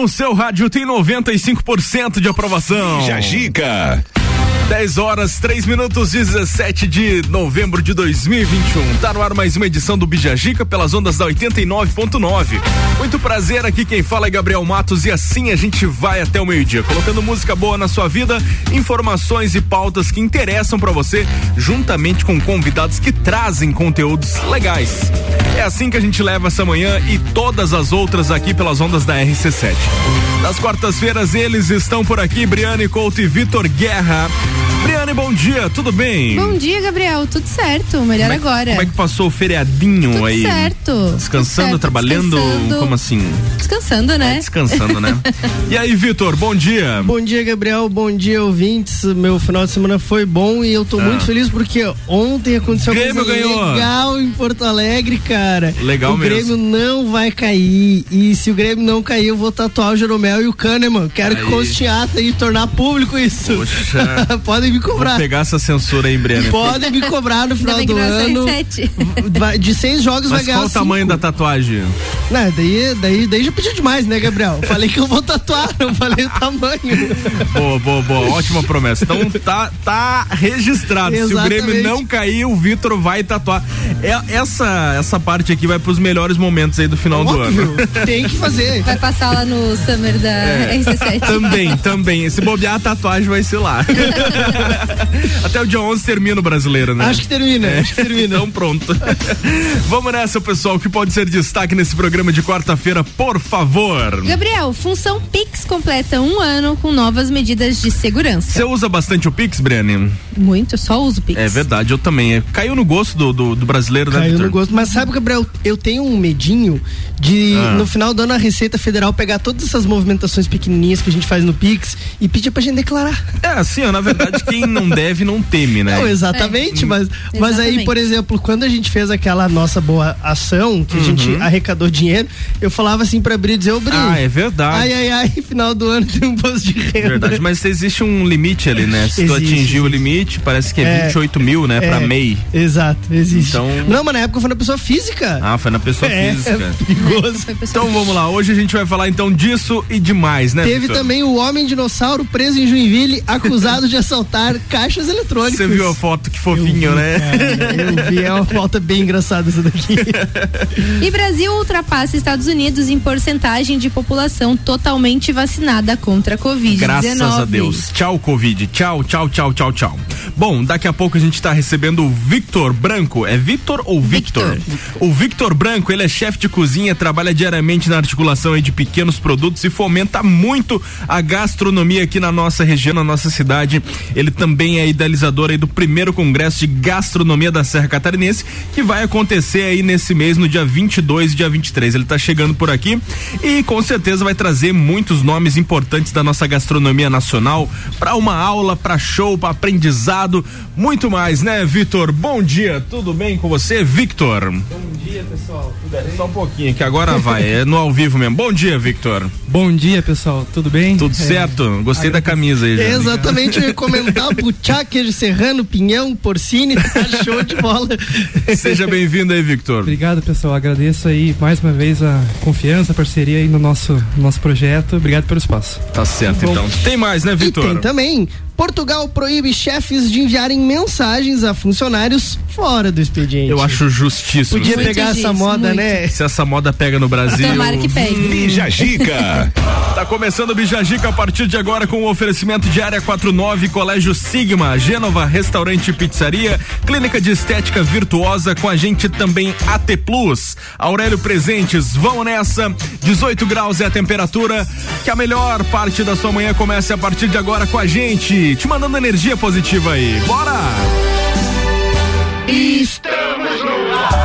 no seu rádio tem 95% de aprovação. Bijagica. 10h03, 17 de novembro de 2021. Tá no ar mais uma edição do Bijagica pelas ondas da 89.9. Muito prazer, aqui quem fala é Gabriel Matos e assim a gente vai até o meio-dia, colocando música boa na sua vida, informações e pautas que interessam pra você, juntamente com convidados que trazem conteúdos legais. É assim que a gente leva essa manhã e todas as outras aqui pelas ondas da RC7. Nas quartas-feiras eles estão por aqui, Briane Couto e Vitor Guerra. Briane, bom dia, tudo bem? Bom dia, Gabriel, tudo certo, melhor agora. Como é que passou o feriadinho tudo aí? Certo. Descansando, certo, trabalhando, como assim? Descansando, né? Descansando, né? E aí, Vitor, bom dia. Bom dia, Gabriel, bom dia, ouvintes. Meu final de semana foi bom e eu tô muito feliz porque ontem aconteceu uma coisa legal em Porto Alegre, cara. Legal mesmo. O Grêmio não vai cair e se o Grêmio não cair, eu vou tatuar o Jeromel e o Kahneman. Quero que conste ata e tornar público isso. Poxa. Podem me cobrar. Vou pegar essa censura aí, Breno. Podem me cobrar no final do ano. De 6 jogos vai ganhar 5. Qual o tamanho da tatuagem? Não, daí já pediu demais, né, Gabriel? Falei que eu vou tatuar, não falei o tamanho. Boa, ótima promessa. Então tá registrado. Exatamente. Se o Grêmio não cair, o Vitor vai tatuar. Essa parte aqui vai pros melhores momentos aí do final do ano. Tem que fazer. Vai passar lá no Summer da RC7. Também. Se bobear, a tatuagem vai ser lá. Até o dia 11 termina o brasileiro, né? Acho que termina. Então pronto. Vamos nessa, pessoal, que pode ser destaque nesse programa de quarta-feira, por favor. Gabriel, função Pix completa 1 ano com novas medidas de segurança. Você usa bastante o Pix, Breno? Muito, só uso o Pix. É verdade, eu também. Caiu no gosto do brasileiro, né, Vitor? Caiu no gosto, mas sabe, Gabriel, eu tenho um medinho de no final do ano a Receita Federal pegar todas essas movimentações pequenininhas que a gente faz no Pix e pedir pra gente declarar. É, assim, na verdade, quem não deve não teme, né? Não, exatamente, mas aí, por exemplo, quando a gente fez aquela nossa boa ação, que a gente arrecadou dinheiro, eu falava assim pra Bri, dizer, ô Bri, é verdade. Ai, final do ano tem um imposto de renda. Verdade, mas existe um limite ali, né? Se tu atingir o limite, parece que é 28 mil, né? Pra MEI. Exato, existe. Então... Não, mas na época foi na pessoa física. Foi na pessoa física. É perigoso. Então vamos lá, hoje a gente vai falar então disso e de mais, né? Teve Victor? também o homem dinossauro preso em Joinville, acusado de assaltar caixas eletrônicas. Você viu a foto? Que fofinho, né? Eu vi, é uma foto bem engraçada essa daqui. E Brasil ultrapassa Estados Unidos em porcentagem de população totalmente vacinada contra a Covid-19. Graças a Deus. Tchau, Covid. Tchau. Bom, daqui a pouco a gente tá recebendo o Victor Branco. É Victor ou Victor? O Victor Branco, ele é chefe de cozinha, trabalha diariamente na articulação aí de pequenos produtos e fomenta muito a gastronomia aqui na nossa região, na nossa cidade. Ele também é idealizador aí do primeiro congresso de gastronomia da Serra Catarinense, que vai acontecer aí nesse mês, no dia 22 e dia 23. Ele tá chegando por aqui e com certeza vai trazer muitos nomes importantes da nossa gastronomia nacional para uma aula, para show, para aprendizado, muito mais, né, Vitor? Bom dia, tudo bem com você, Victor? Bom dia, pessoal. Tudo bem? Só um pouquinho, que agora vai, é no ao vivo mesmo. Bom dia, Victor. Bom dia, pessoal. Tudo bem? Tudo certo? Gostei da camisa aí. Exatamente, eu ia comentar buchá, queijo serrano, pinhão, porcine, tá show de bola. Seja bem-vindo aí, Victor. Obrigado, pessoal. Agradeço aí mais uma vez a confiança, a parceria aí no nosso projeto. Obrigado pelo espaço. Tá certo, então. Tem mais, né, Victor? E tem também. Portugal proíbe chefes de enviarem mensagens a funcionários fora do expediente. Eu acho justíssimo. Podia pegar essa moda, né? Se essa moda pega no Brasil. Tomara que pegue. Bijagica. Tá começando o Bijagica a partir de agora com o oferecimento de Área 49, Colégio Sigma, Gênova, Restaurante e Pizzaria, Clínica de Estética Virtuosa, com a gente também AT Plus, Aurélio Presentes, vão nessa, 18 graus é a temperatura, que a melhor parte da sua manhã comece a partir de agora com a gente, te mandando energia positiva aí, bora! Estamos no ar.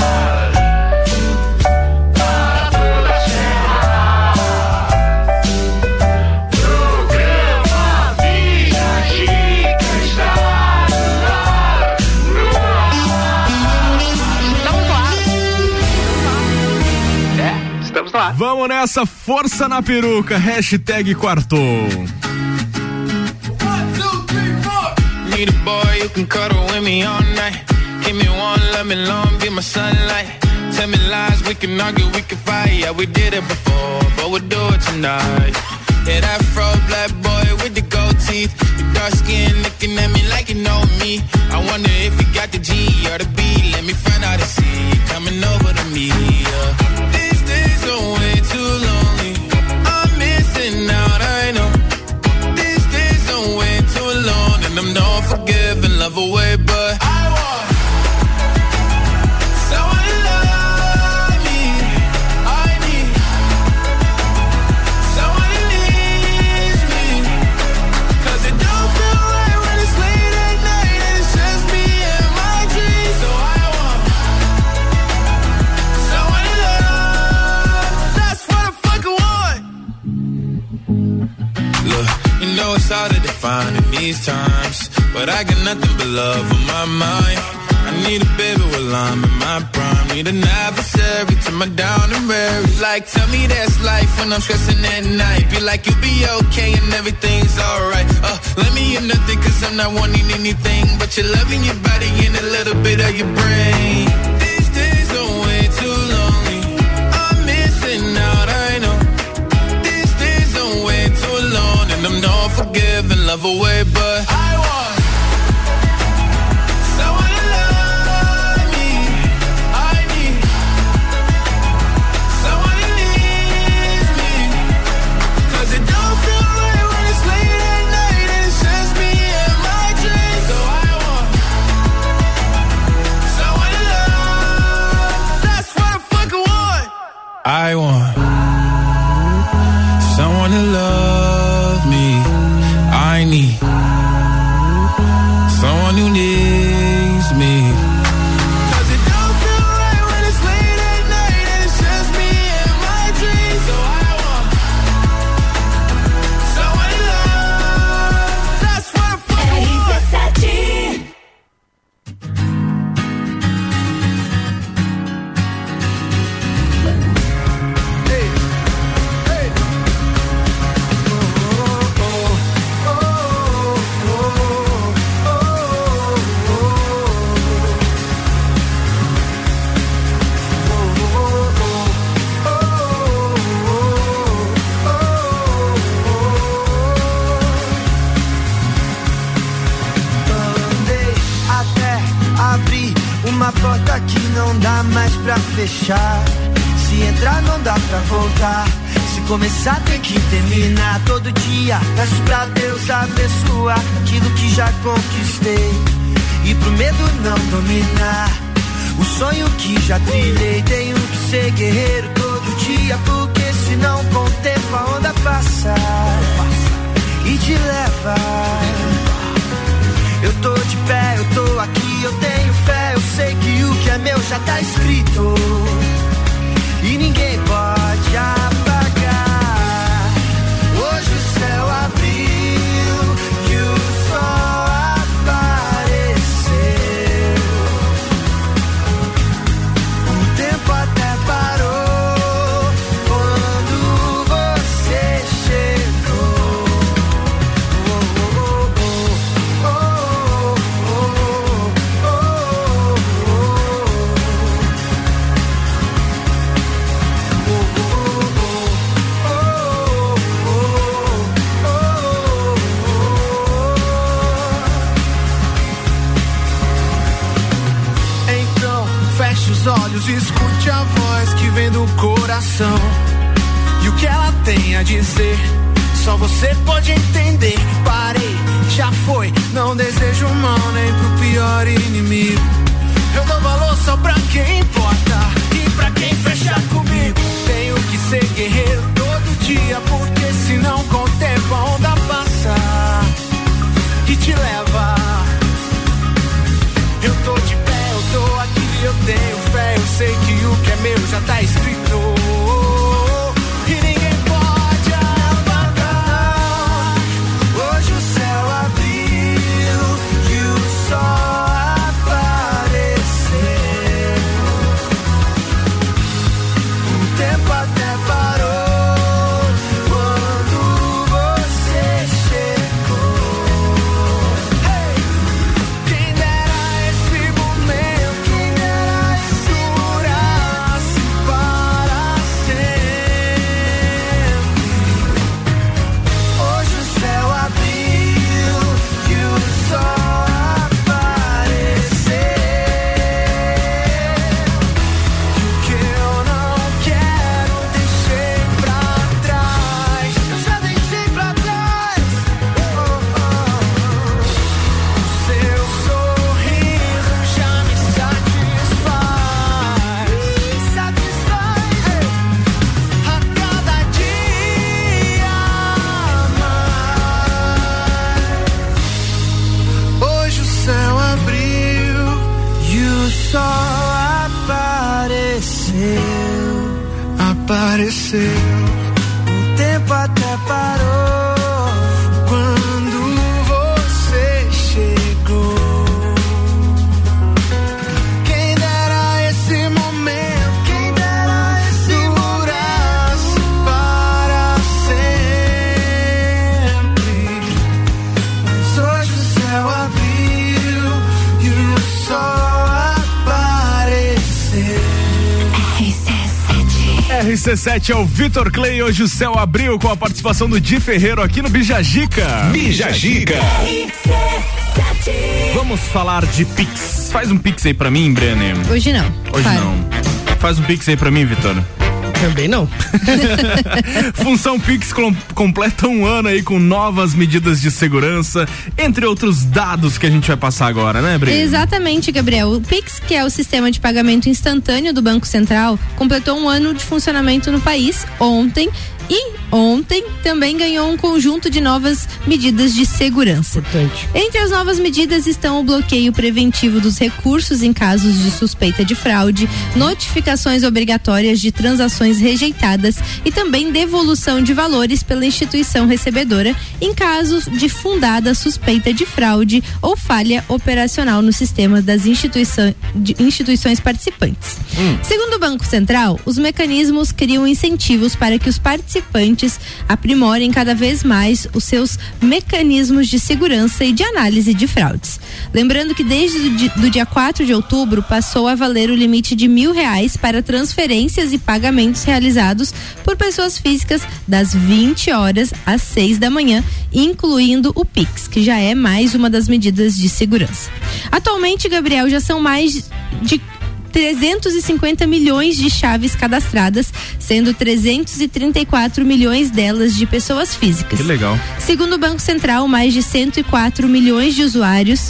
Vamos nessa, força na peruca, hashtag quartou. 1, 2, 3, 4. Need a boy you can cuddle with me all night. Give me one, let me long, be my sunlight. tell me lies, we can argue, we can fight. Yeah, we did it before, but we'll do it tonight. Yeah, that fro black boy with the gold teeth, your dark skin looking at me like you know me. I wonder if you got the G or the B. Let me find out and see you coming over to me. Yeah. These days are way too lonely. I'm missing out, I know. These days are way too long, and I'm not forgiving, love away, but I want someone to love me. I need someone who needs me, 'cause it don't feel right when it's late at night and it's just me and my dreams. So I want someone to love. That's what I fucking want. Look, you know it's hard to define in these times, but I got nothing but love on my mind. I need a baby while I'm in my prime. Need an adversary to my down and weary. Like, tell me that's life when I'm stressing at night. Be like, you'll be okay and everything's alright. Let me hear nothing, 'cause I'm not wanting anything but your love in your body and a little bit of your brain. These days are way too lonely. I'm missing out, I know. These days are way too long, and I'm not forgiving, love away, but I want someone to love me. I need someone who needs me, 'cause it don't feel right when it's late at night and it's just me and my dreams. So I want someone to love. That's what I fucking want. I want someone to love me. I need someone who needs me, 'cause it don't feel right when it's late at night and it's just me and my dreams. So I want someone to love. That's what I fucking want. Uma porta que não dá mais pra fechar. Se entrar não dá pra voltar. Se começar tem que terminar. Todo dia peço pra Deus abençoar aquilo que já conquistei e pro medo não dominar. O sonho que já trilhei, tenho que ser guerreiro todo dia, porque senão com o tempo a onda passa e te leva. Eu tô de pé, eu tô aqui, eu tenho fé, eu sei que o que é meu já tá escrito e ninguém pode apagar. Hoje o céu abriu e o sol apareceu. O tempo até parou quando você chegou. Olhos, escute a voz que vem do coração e o que ela tem a dizer, só você pode entender. Parei, já foi, não desejo mal nem pro pior inimigo. Eu dou valor só pra quem importa e pra quem fecha comigo. Tenho que ser guerreiro todo dia, porque senão com o tempo a onda passa e te leva. Eu tô de pé, eu tô aqui, eu tenho fé, eu sei que o que é meu já tá escrito e ninguém pode apagar. Hoje o céu abriu e o sol apareceu. O tempo até parou sol apareceu, o tempo até parou quando você chegou. Quem dera esse momento, quem dera esse durasse para sempre. Mas hoje o céu abriu e o sol apareceu. RC7 é o Vitor Clay, hoje o céu abriu com a participação do Di Ferreiro aqui no Bijagica. Bijagica. Vamos falar de Pix. Faz um Pix aí pra mim, Brenner. Hoje não. Hoje Para. não. Faz um Pix aí pra mim, Vitor. Também não. Função Pix completa um ano aí com novas medidas de segurança, entre outros dados que a gente vai passar agora, né, Bri? Exatamente, Gabriel. O Pix, que é o sistema de pagamento instantâneo do Banco Central, completou um ano de funcionamento no país ontem. E ontem também ganhou um conjunto de novas medidas de segurança. Importante. Entre as novas medidas estão o bloqueio preventivo dos recursos em casos de suspeita de fraude, notificações obrigatórias de transações rejeitadas e também devolução de valores pela instituição recebedora em casos de fundada suspeita de fraude ou falha operacional no sistema das instituições participantes. Segundo o Banco Central, os mecanismos criam incentivos para que os participantes aprimorem cada vez mais os seus mecanismos de segurança e de análise de fraudes. Lembrando que desde do dia 4 de outubro passou a valer o limite de R$1.000 para transferências e pagamentos realizados por pessoas físicas das 20 horas às 6 da manhã, incluindo o Pix, que já é mais uma das medidas de segurança. Atualmente, Gabriel, já são mais de 350 milhões de chaves cadastradas, sendo 334 milhões delas de pessoas físicas. Que legal. Segundo o Banco Central, mais de 104 milhões de usuários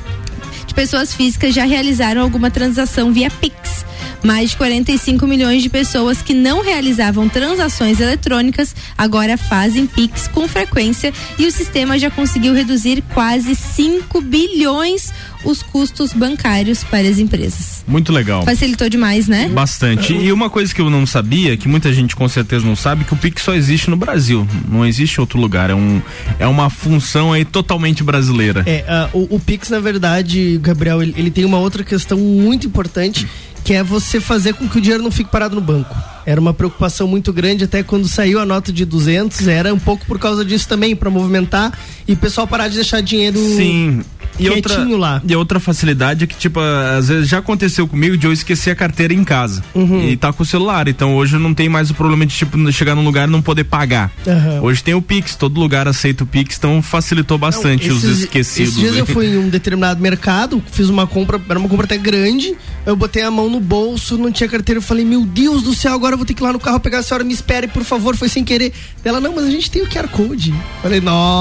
de pessoas físicas já realizaram alguma transação via Pix. Mais de 45 milhões de pessoas que não realizavam transações eletrônicas agora fazem Pix com frequência e o sistema já conseguiu reduzir quase 5 bilhões os custos bancários para as empresas. Muito legal. Facilitou demais, né? Bastante. E uma coisa que eu não sabia, que muita gente com certeza não sabe, que o Pix só existe no Brasil. Não existe em outro lugar. É uma função aí totalmente brasileira. O Pix, na verdade, Gabriel, ele tem uma outra questão muito importante, que é você fazer com que o dinheiro não fique parado no banco. Era uma preocupação muito grande, até quando saiu a nota de 200, era um pouco por causa disso também, para movimentar e o pessoal parar de deixar dinheiro. Sim. Quietinho lá. E outra facilidade é que, tipo, às vezes já aconteceu comigo de eu esquecer a carteira em casa. E tá com o celular. Então hoje não tem mais o problema de, tipo, chegar num lugar e não poder pagar. Hoje tem o Pix, todo lugar aceita o Pix, então facilitou bastante os esquecidos. Esses dias eu fui em um determinado mercado, fiz uma compra, era uma compra até grande, eu botei a mão no bolso, não tinha carteira, eu falei, meu Deus do céu, agora eu vou ter que ir lá no carro pegar, a senhora me espere, por favor, foi sem querer. Ela, não, mas a gente tem o QR Code. Falei,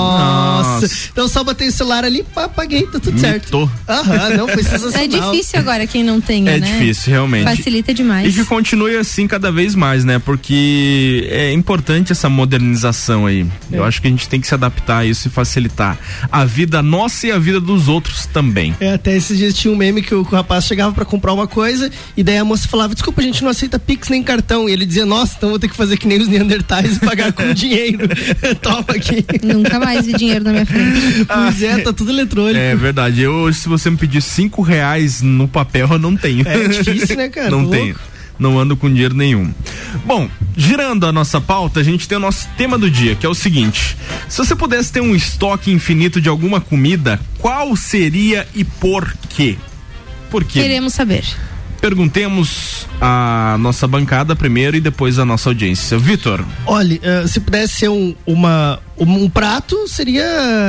nossa. Então só botei o celular ali, paguei, tá tudo certo. Não, foi sensacional. É difícil agora quem não tem, né? É difícil, realmente. Facilita demais. E que continue assim cada vez mais, né? Porque é importante essa modernização aí. Eu acho que a gente tem que se adaptar a isso e facilitar a vida nossa e a vida dos outros também. Até esses dias tinha um meme que o rapaz chegava pra comprar uma coisa e daí a moça falava, desculpa, a gente não aceita Pix nem cartão. E ele dizia, nossa, então vou ter que fazer que nem os neandertais e pagar com dinheiro. Toma aqui. Nunca mais vi dinheiro na minha frente. Pois é, tá tudo eletrônico. É verdade. Eu, se você me pedir R$5 no papel, eu não tenho. É difícil, né, cara? Não tenho. Não ando com dinheiro nenhum. Bom, girando a nossa pauta, a gente tem o nosso tema do dia, que é o seguinte: se você pudesse ter um estoque infinito de alguma comida, qual seria e por quê? Por quê? Queremos saber. Perguntemos a nossa bancada primeiro e depois a nossa audiência. Vitor? Olha, se pudesse ser um prato, seria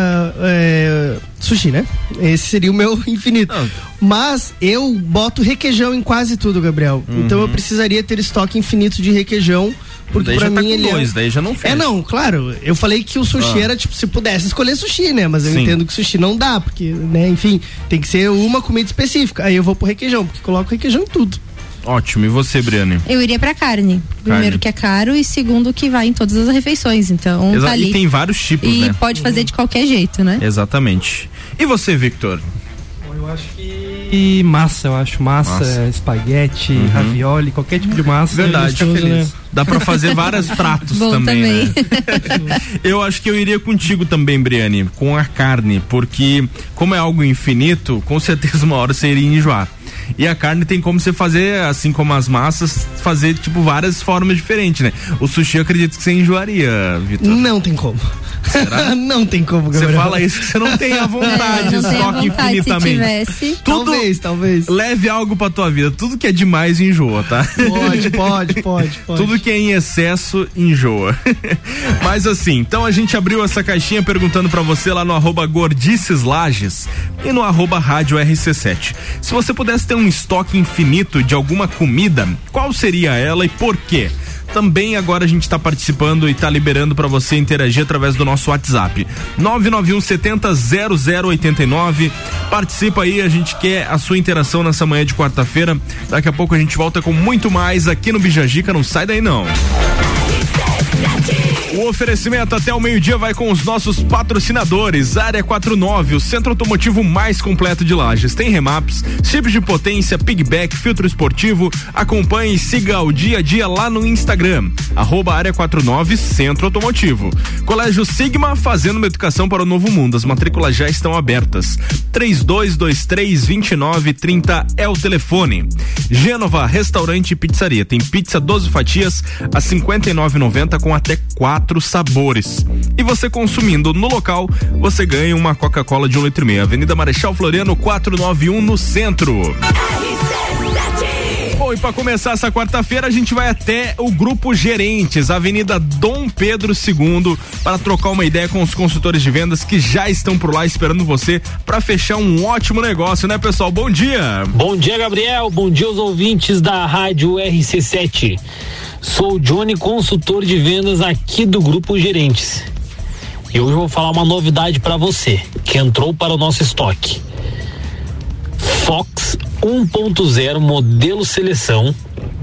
sushi, né? Esse seria o meu infinito. Mas eu boto requeijão em quase tudo, Gabriel. Então eu precisaria ter estoque infinito de requeijão. Porque daí pra já tá mim com ele dois, daí já não fez. Não, claro, eu falei que o sushi era tipo, se pudesse escolher sushi, né? Mas eu entendo que sushi não dá, porque, né, enfim, tem que ser uma comida específica. Aí eu vou pro requeijão, porque coloco requeijão em tudo. Ótimo, e você, Briane? Eu iria pra carne. Primeiro que é caro e segundo que vai em todas as refeições, então tá ali. E tem vários tipos, e né? Pode fazer de qualquer jeito, né? Exatamente. E você, Victor? Eu acho que massa, massa. Espaguete, ravioli, qualquer tipo de massa. Verdade, né? Dá pra fazer vários pratos também, né? Eu acho que eu iria contigo também, Briane, com a carne, porque como é algo infinito, com certeza uma hora você iria enjoar. E a carne tem como você fazer, assim como as massas, fazer tipo várias formas diferentes, né? O sushi eu acredito que você enjoaria, Vitor. Não tem como. Será? Não tem como, Gabriel. Você fala isso que você não tem a vontade, estoque infinitamente. Se tudo, talvez. Leve algo pra tua vida. Tudo que é demais enjoa, tá? Pode. Tudo que é em excesso enjoa. Mas assim, então a gente abriu essa caixinha perguntando pra você lá no @gordiceslages e no @rádio RC7. Se você pudesse ter um estoque infinito de alguma comida, qual seria ela e por quê? Também agora a gente está participando e está liberando para você interagir através do nosso WhatsApp 991 70 0089. Participa aí, a gente quer a sua interação nessa manhã de quarta-feira. Daqui a pouco a gente volta com muito mais aqui no Bijagica, não sai daí não. O oferecimento até o meio-dia vai com os nossos patrocinadores. Área 49, o centro automotivo mais completo de Lages. Tem remaps, chips de potência, pigback, filtro esportivo. Acompanhe e siga o dia a dia lá no Instagram, @área 49 Centro Automotivo. Colégio Sigma, fazendo uma educação para o novo mundo. As matrículas já estão abertas. 3223-2930 é o telefone. Gênova, restaurante e pizzaria. Tem pizza 12 fatias a R$ 59,90 com até 4 sabores. E você consumindo no local, você ganha uma Coca-Cola de 1,5 litro. Avenida Marechal Floriano 491 no centro. Bom, e para começar essa quarta-feira, a gente vai até o Grupo Gerentes, Avenida Dom Pedro II, para trocar uma ideia com os consultores de vendas que já estão por lá esperando você para fechar um ótimo negócio, né, pessoal? Bom dia. Bom dia, Gabriel. Bom dia aos ouvintes da Rádio RC7. Sou o Johnny, consultor de vendas aqui do Grupo Gerentes. E hoje eu vou falar uma novidade para você, que entrou para o nosso estoque. Fox 1.0 modelo seleção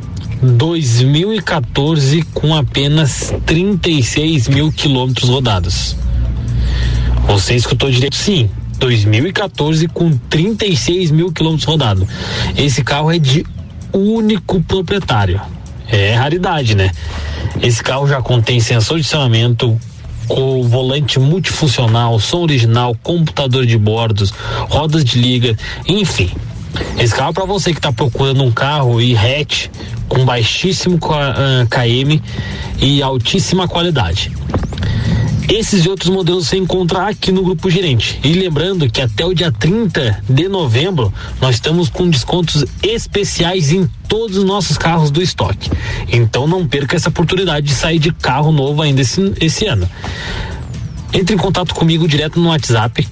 2014 com apenas 36 mil quilômetros rodados. Você escutou direito, sim. 2014 com 36 mil quilômetros rodados. Esse carro é de único proprietário. É raridade, né? Esse carro já contém sensor de estacionamento, com volante multifuncional, som original, computador de bordos, rodas de liga, enfim. Esse carro é para você que está procurando um carro hatch com baixíssimo km e altíssima qualidade. Esses e outros modelos você encontra aqui no Grupo Gerente. E lembrando que até o dia 30 de novembro nós estamos com descontos especiais em todos os nossos carros do estoque. Então não perca essa oportunidade de sair de carro novo ainda esse ano. Entre em contato comigo direto no WhatsApp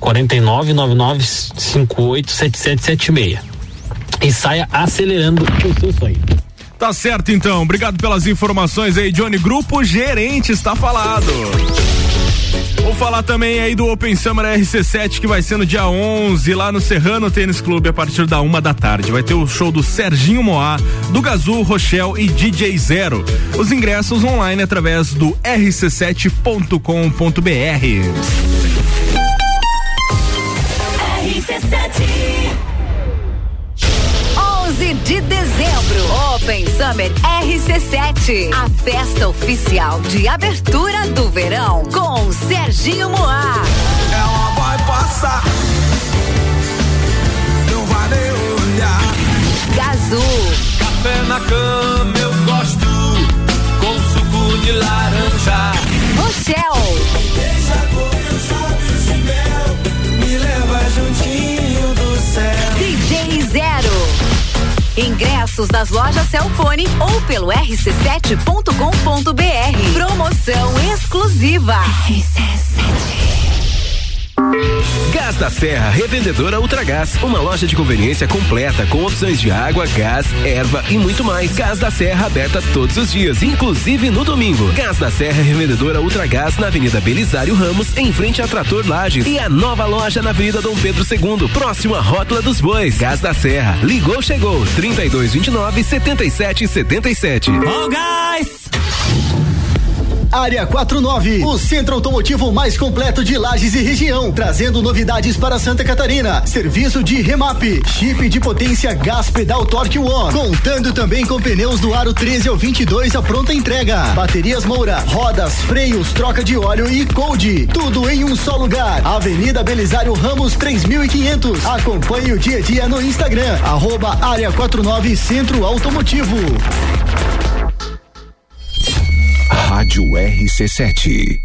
4999587776 e saia acelerando o seu sonho. Tá certo então, obrigado pelas informações aí, Johnny. Grupo Gerente, está falado. Vou falar também aí do Open Summer RC7, que vai ser no dia 11 lá no Serrano Tênis Clube a partir da 1 da tarde. Vai ter o show do Serginho Moá, do Gazul, Rochelle e DJ Zero. Os ingressos online através do rc7.com.br. RC7 11 de dezembro, Open Summer RC7, a festa oficial de abertura do verão com Serginho Moá. Ela vai passar, não vai nem olhar. Gazul, Café na cama eu gosto, com suco de laranja. Rochelle, Deixa com meus lábios de mel, me leva juntinho do céu. DJ Zero. Ingressos nas lojas Cellfone ou pelo rc7.com.br. Promoção exclusiva. Gás da Serra, revendedora Ultragás, uma loja de conveniência completa com opções de água, gás, erva e muito mais. Gás da Serra aberta todos os dias, inclusive no domingo. Gás da Serra, revendedora Ultragás na Avenida Belisário Ramos, em frente a Trator Lages, e a nova loja na Avenida Dom Pedro II, próximo à Rótula dos Bois. Gás da Serra, ligou, chegou, 3229-7777. Oh, guys! Área 49, o centro automotivo mais completo de Lages e região, trazendo novidades para Santa Catarina. Serviço de remap, chip de potência gás pedal Torque One, contando também com pneus do aro 13 ao 22 a pronta entrega. Baterias Moura, rodas, freios, troca de óleo e cold, tudo em um só lugar. Avenida Belisário Ramos 3500. Acompanhe o dia a dia no Instagram, @Área 49 Centro Automotivo. Rádio RC7.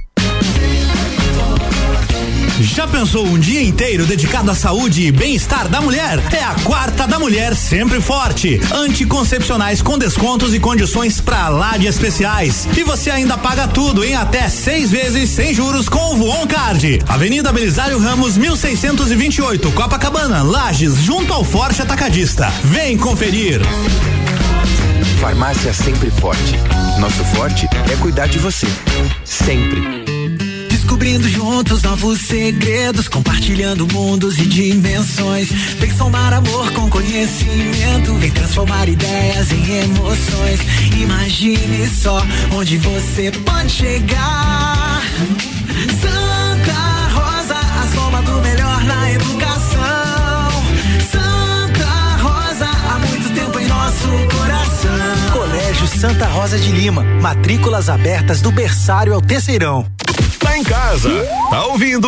Já pensou um dia inteiro dedicado à saúde e bem-estar da mulher? É a Quarta da Mulher Sempre Forte. Anticoncepcionais com descontos e condições pra lá de especiais. E você ainda paga tudo em até 6 vezes sem juros com o Voon Card. Avenida Belisário Ramos 1628, Copacabana, Lages, junto ao Forte Atacadista. Vem conferir. Farmácia Sempre Forte. Nosso forte é cuidar de você. Sempre. Descobrindo juntos novos segredos, compartilhando mundos e dimensões. Vem somar amor com conhecimento, vem transformar ideias em emoções. Imagine só onde você pode chegar. Santa Rosa, a soma do melhor na educação. Santa Rosa, há muito tempo em nosso coração. Colégio Santa Rosa de Lima, matrículas abertas do berçário ao terceirão. Tá em casa, tá ouvindo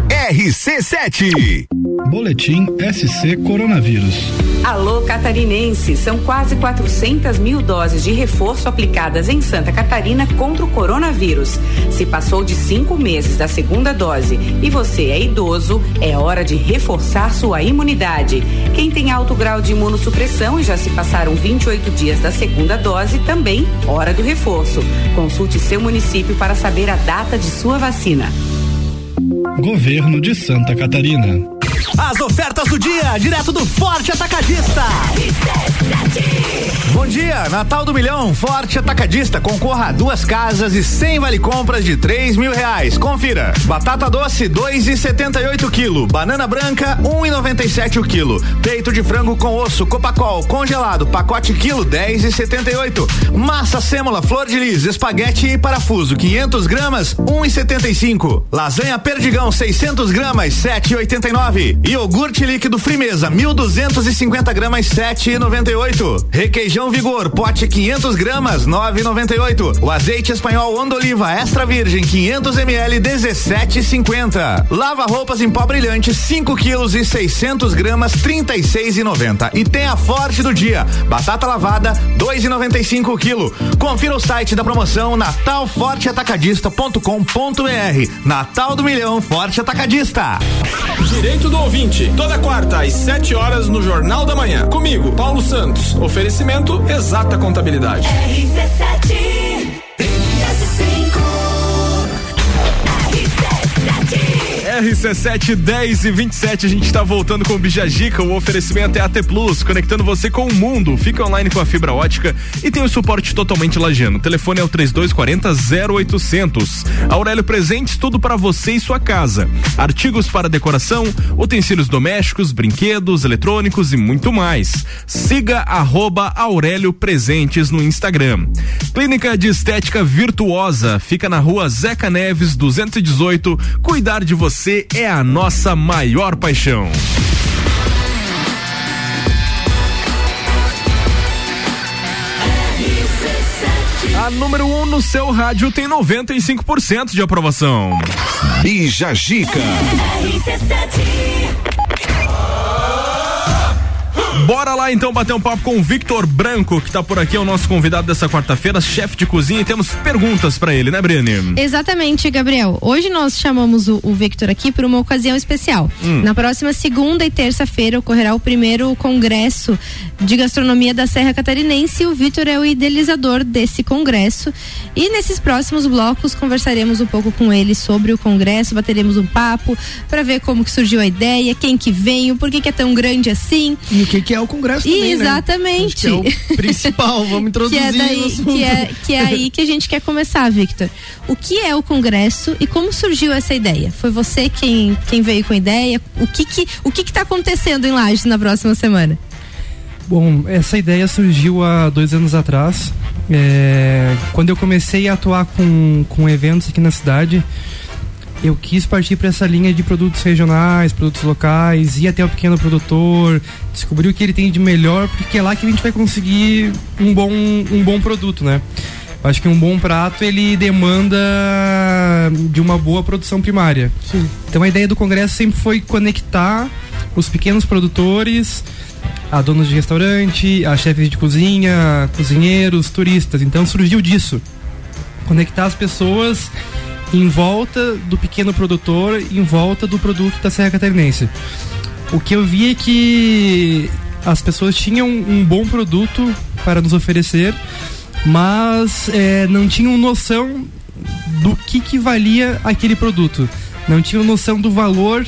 RC7. Boletim SC Coronavírus. Alô catarinense, são quase 400 mil doses de reforço aplicadas em Santa Catarina contra o coronavírus. Se passou de 5 meses da segunda dose e você é idoso, é hora de reforçar sua imunidade. Quem tem alto grau de imunossupressão e já se passaram 28 dias da segunda dose, também hora do reforço. Consulte seu município para saber a data de sua vacina. Governo de Santa Catarina. As ofertas do dia, direto do Forte Atacadista. Bom dia, Natal do Milhão, Forte Atacadista. Concorra a 2 casas e 100 vale-compras de R$3.000. Confira. Batata doce, 2,78 quilo. Banana branca, 1,97 o quilo. Peito de frango com osso, Copacol, congelado, pacote quilo, 10,78. Massa sêmola, flor de lis, espaguete e parafuso, 500 gramas, 1,75. Lasanha perdigão, 600 gramas, 7,89. Iogurte líquido Frimeza, 1.250 gramas, 7,98. Requeijão Vigor, pote 500 gramas, 9,98. O azeite espanhol Onda Oliva Extra Virgem, 500 ml, 17,50. Lava roupas em pó brilhante, 5 quilos e 600 gramas, 36,90. E tem a forte do dia, batata lavada, 2,95 o quilo. Confira o site da promoção natalforteatacadista.com.br. Natal do Milhão Forte Atacadista. Direito do ouvinte, toda quarta às 7 horas no Jornal da Manhã. Comigo, Paulo Santos. Oferecimento Exata Contabilidade. RC7 10 e 27, a gente está voltando com o Bijagica. O oferecimento é AT Plus, conectando você com o mundo. Fica online com a fibra ótica e tem o suporte totalmente lagiano. O telefone é o 3240-0800. Aurélio Presentes, tudo para você e sua casa. Artigos para decoração, utensílios domésticos, brinquedos, eletrônicos e muito mais. Siga @Aurélio Presentes no Instagram. Clínica de Estética Virtuosa, fica na rua Zeca Neves 218. Cuidar de você é a nossa maior paixão. A número 1 no seu rádio tem 95% de aprovação. Bijagica. Bora lá então bater um papo com o Victor Branco, que tá por aqui, é o nosso convidado dessa quarta-feira, chefe de cozinha, e temos perguntas pra ele, né, Brene? Exatamente, Gabriel. Hoje nós chamamos o Victor aqui por uma ocasião especial. Na próxima segunda e terça-feira ocorrerá o primeiro congresso de gastronomia da Serra Catarinense, e o Victor é o idealizador desse congresso, e nesses próximos blocos conversaremos um pouco com ele sobre o congresso, bateremos um papo pra ver como que surgiu a ideia, quem que vem, por que é tão grande assim. E o que é o congresso também, exatamente, né? Acho que é o principal, vamos introduzir que é aí que a gente quer começar, Victor. O que é o congresso e como surgiu essa ideia? Foi você quem veio com a ideia? O que tá acontecendo em Lages na próxima semana? Bom, essa ideia surgiu há 2 anos atrás, Quando eu comecei a atuar com eventos aqui na cidade, eu quis partir para essa linha de produtos regionais, produtos locais, ir até o pequeno produtor, descobrir o que ele tem de melhor, porque é lá que a gente vai conseguir um bom produto, né? Eu acho que um bom prato, ele demanda de uma boa produção primária. Sim. Então a ideia do congresso sempre foi conectar os pequenos produtores a donos de restaurante, a chefes de cozinha, cozinheiros, turistas. Então surgiu disso, conectar as pessoas em volta do pequeno produtor, em volta do produto da Serra Catarinense. O que eu vi é que as pessoas tinham um bom produto para nos oferecer, mas não tinham noção do que valia aquele produto, não tinham noção do valor,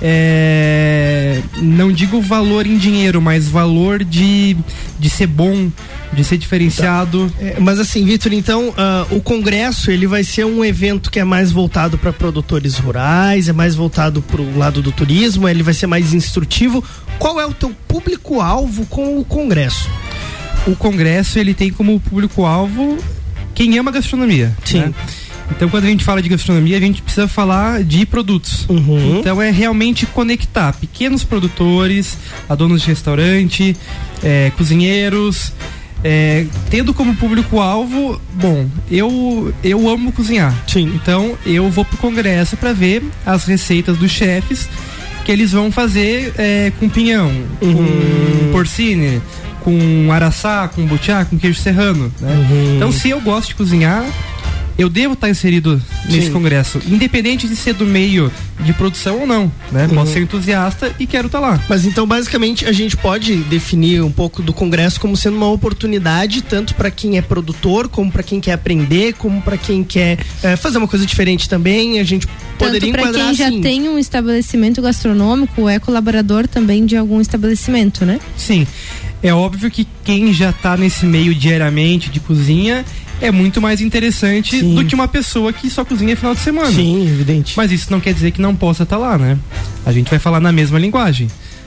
não digo valor em dinheiro, mas valor de ser bom, de ser diferenciado. Mas assim, Vitor, então o congresso, ele vai ser um evento que é mais voltado para produtores rurais, é mais voltado para o lado do turismo, ele vai ser mais instrutivo. Qual é o teu público-alvo com o congresso? O congresso, ele tem como público-alvo quem ama gastronomia. Sim. Né? Então, quando a gente fala de gastronomia, a gente precisa falar de produtos. Uhum. Então, é realmente conectar pequenos produtores a donos de restaurante, cozinheiros, tendo como público-alvo, bom, eu amo cozinhar. Sim. Então, eu vou pro congresso para ver as receitas dos chefes que eles vão fazer com pinhão, com porcine, com araçá, com butiá, com queijo serrano, né? Então, se eu gosto de cozinhar, eu devo estar inserido nesse congresso, independente de ser do meio de produção ou não, né? Posso ser entusiasta e quero estar lá. Mas então, basicamente, a gente pode definir um pouco do congresso como sendo uma oportunidade tanto para quem é produtor, como para quem quer aprender, como para quem quer fazer uma coisa diferente também. A gente poderia enquadrar para quem assim. já tem um estabelecimento gastronômico, é colaborador também de algum estabelecimento, né? Sim. É óbvio que quem já está nesse meio diariamente de cozinha é muito mais interessante do que uma pessoa que só cozinha final de semana. Sim, evidente. Mas isso não quer dizer que não possa estar lá, né? A gente vai falar na mesma linguagem.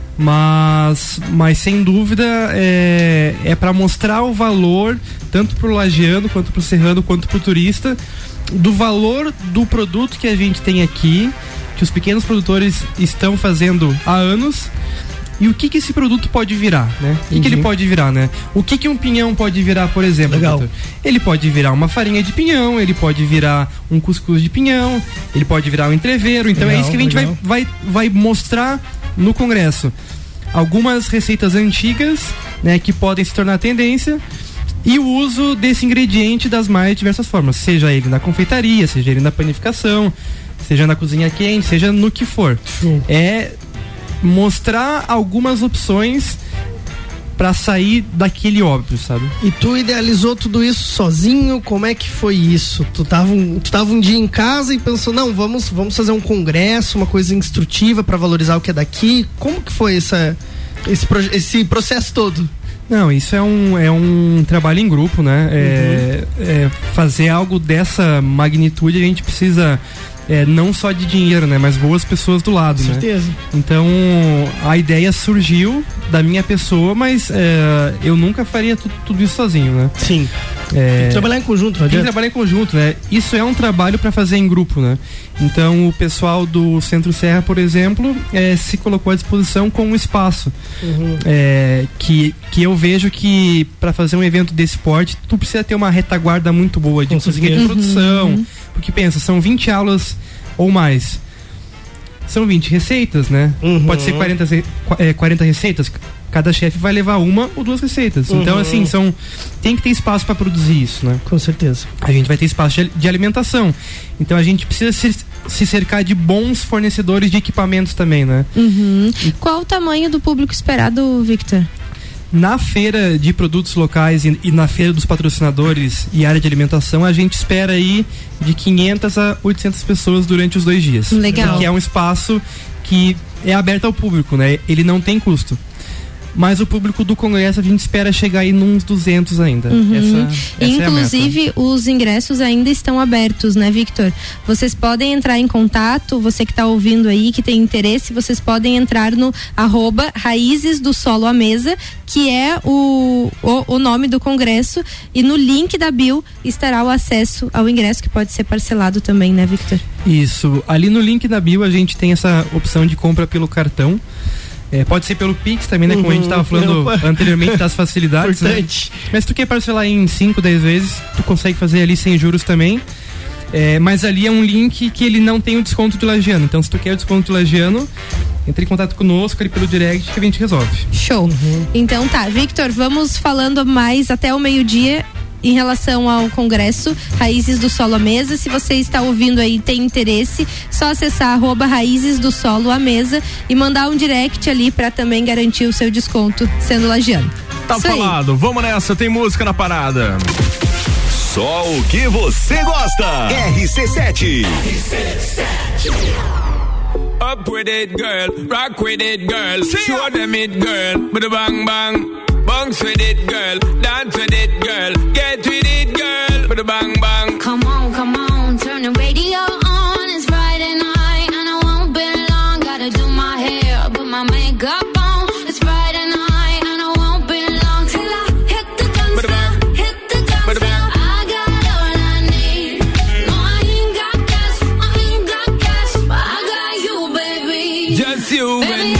Mas sem dúvida é para mostrar o valor, tanto pro lajeano, quanto pro serrano, quanto pro turista, do valor do produto que a gente tem aqui, que os pequenos produtores estão fazendo há anos. E o que esse produto pode virar, né? O que ele pode virar, né? O que um pinhão pode virar, por exemplo? Legal. Victor? Ele pode virar uma farinha de pinhão, ele pode virar um cuscuz de pinhão, ele pode virar um entreveiro. Então é isso que a gente vai mostrar no congresso. Algumas receitas antigas, né, que podem se tornar tendência, e o uso desse ingrediente das mais diversas formas, seja ele na confeitaria, seja ele na panificação, seja na cozinha quente, seja no que for. Mostrar algumas opções pra sair daquele óbvio, sabe? E tu idealizou tudo isso sozinho? Como é que foi isso? Tu tava um dia em casa e pensou, não, vamos fazer um congresso, uma coisa instrutiva pra valorizar o que é daqui. Como que foi esse processo todo? Não, isso é um trabalho em grupo, né? Fazer algo dessa magnitude, a gente precisa não só de dinheiro, né? Mas boas pessoas do lado, Com certeza. Né? Então, a ideia surgiu da minha pessoa, mas eu nunca faria tudo isso sozinho, né? Sim. Tem que trabalhar em conjunto, não adianta? Tem que trabalhar em conjunto, né? Isso é um trabalho para fazer em grupo, né? Então, o pessoal do Centro Serra, por exemplo, se colocou à disposição com um espaço que eu vejo que para fazer um evento desse porte, tu precisa ter uma retaguarda muito boa de cozinha de produção, porque pensa, são 20 aulas ou mais. São 20 receitas, né? Pode ser 40 receitas. Cada chefe vai levar uma ou duas receitas. Então, assim, tem que ter espaço para produzir isso, né? Com certeza. A gente vai ter espaço de alimentação. Então, a gente precisa se cercar de bons fornecedores de equipamentos também, né? Qual o tamanho do público esperado, Victor? Na feira de produtos locais e na feira dos patrocinadores e área de alimentação, a gente espera aí de 500 a 800 pessoas durante os 2 dias. Legal. Porque é um espaço que é aberto ao público, né? Ele não tem custo. Mas o público do congresso a gente espera chegar aí nos 200 ainda. Essa Inclusive, é a meta. Os ingressos ainda estão abertos, né, Victor? Vocês podem entrar em contato, você que está ouvindo aí, que tem interesse, vocês podem entrar no @Raízes do Solo à Mesa, que é o nome do congresso, e no link da bio estará o acesso ao ingresso, que pode ser parcelado também, né, Victor? Isso. Ali no link da bio a gente tem essa opção de compra pelo cartão. Pode ser pelo Pix também, né? Como a gente estava falando anteriormente das facilidades. Importante. Né? Mas se tu quer parcelar em 5, 10 vezes, tu consegue fazer ali sem juros também. Mas ali é um link que ele não tem o desconto de lagiano. Então, se tu quer o desconto de lagiano, entre em contato conosco ali pelo direct que a gente resolve. Show. Então tá, Victor, vamos falando mais até o meio-dia em relação ao congresso Raízes do Solo à Mesa. Se você está ouvindo aí e tem interesse, só acessar @Raízes do Solo à Mesa e mandar um direct ali para também garantir o seu desconto sendo lagiano. Tá falado, vamos nessa, tem música na parada. Só o que você gosta. RC7. Up with it, girl. Rock with it, girl. Show them it, girl. With a bang bang. Bounce with it, girl. Dance with it, girl. Get with it, girl. With a bang bang. Come on, turn the radio on. It's Friday night and I won't be long. Gotta do my hair, put my makeup on. It's Friday night and I won't be long till I hit the dance floor. Hit the dance floor. I got all I need. No, I ain't got cash, but I got you, baby. Just you baby, and me.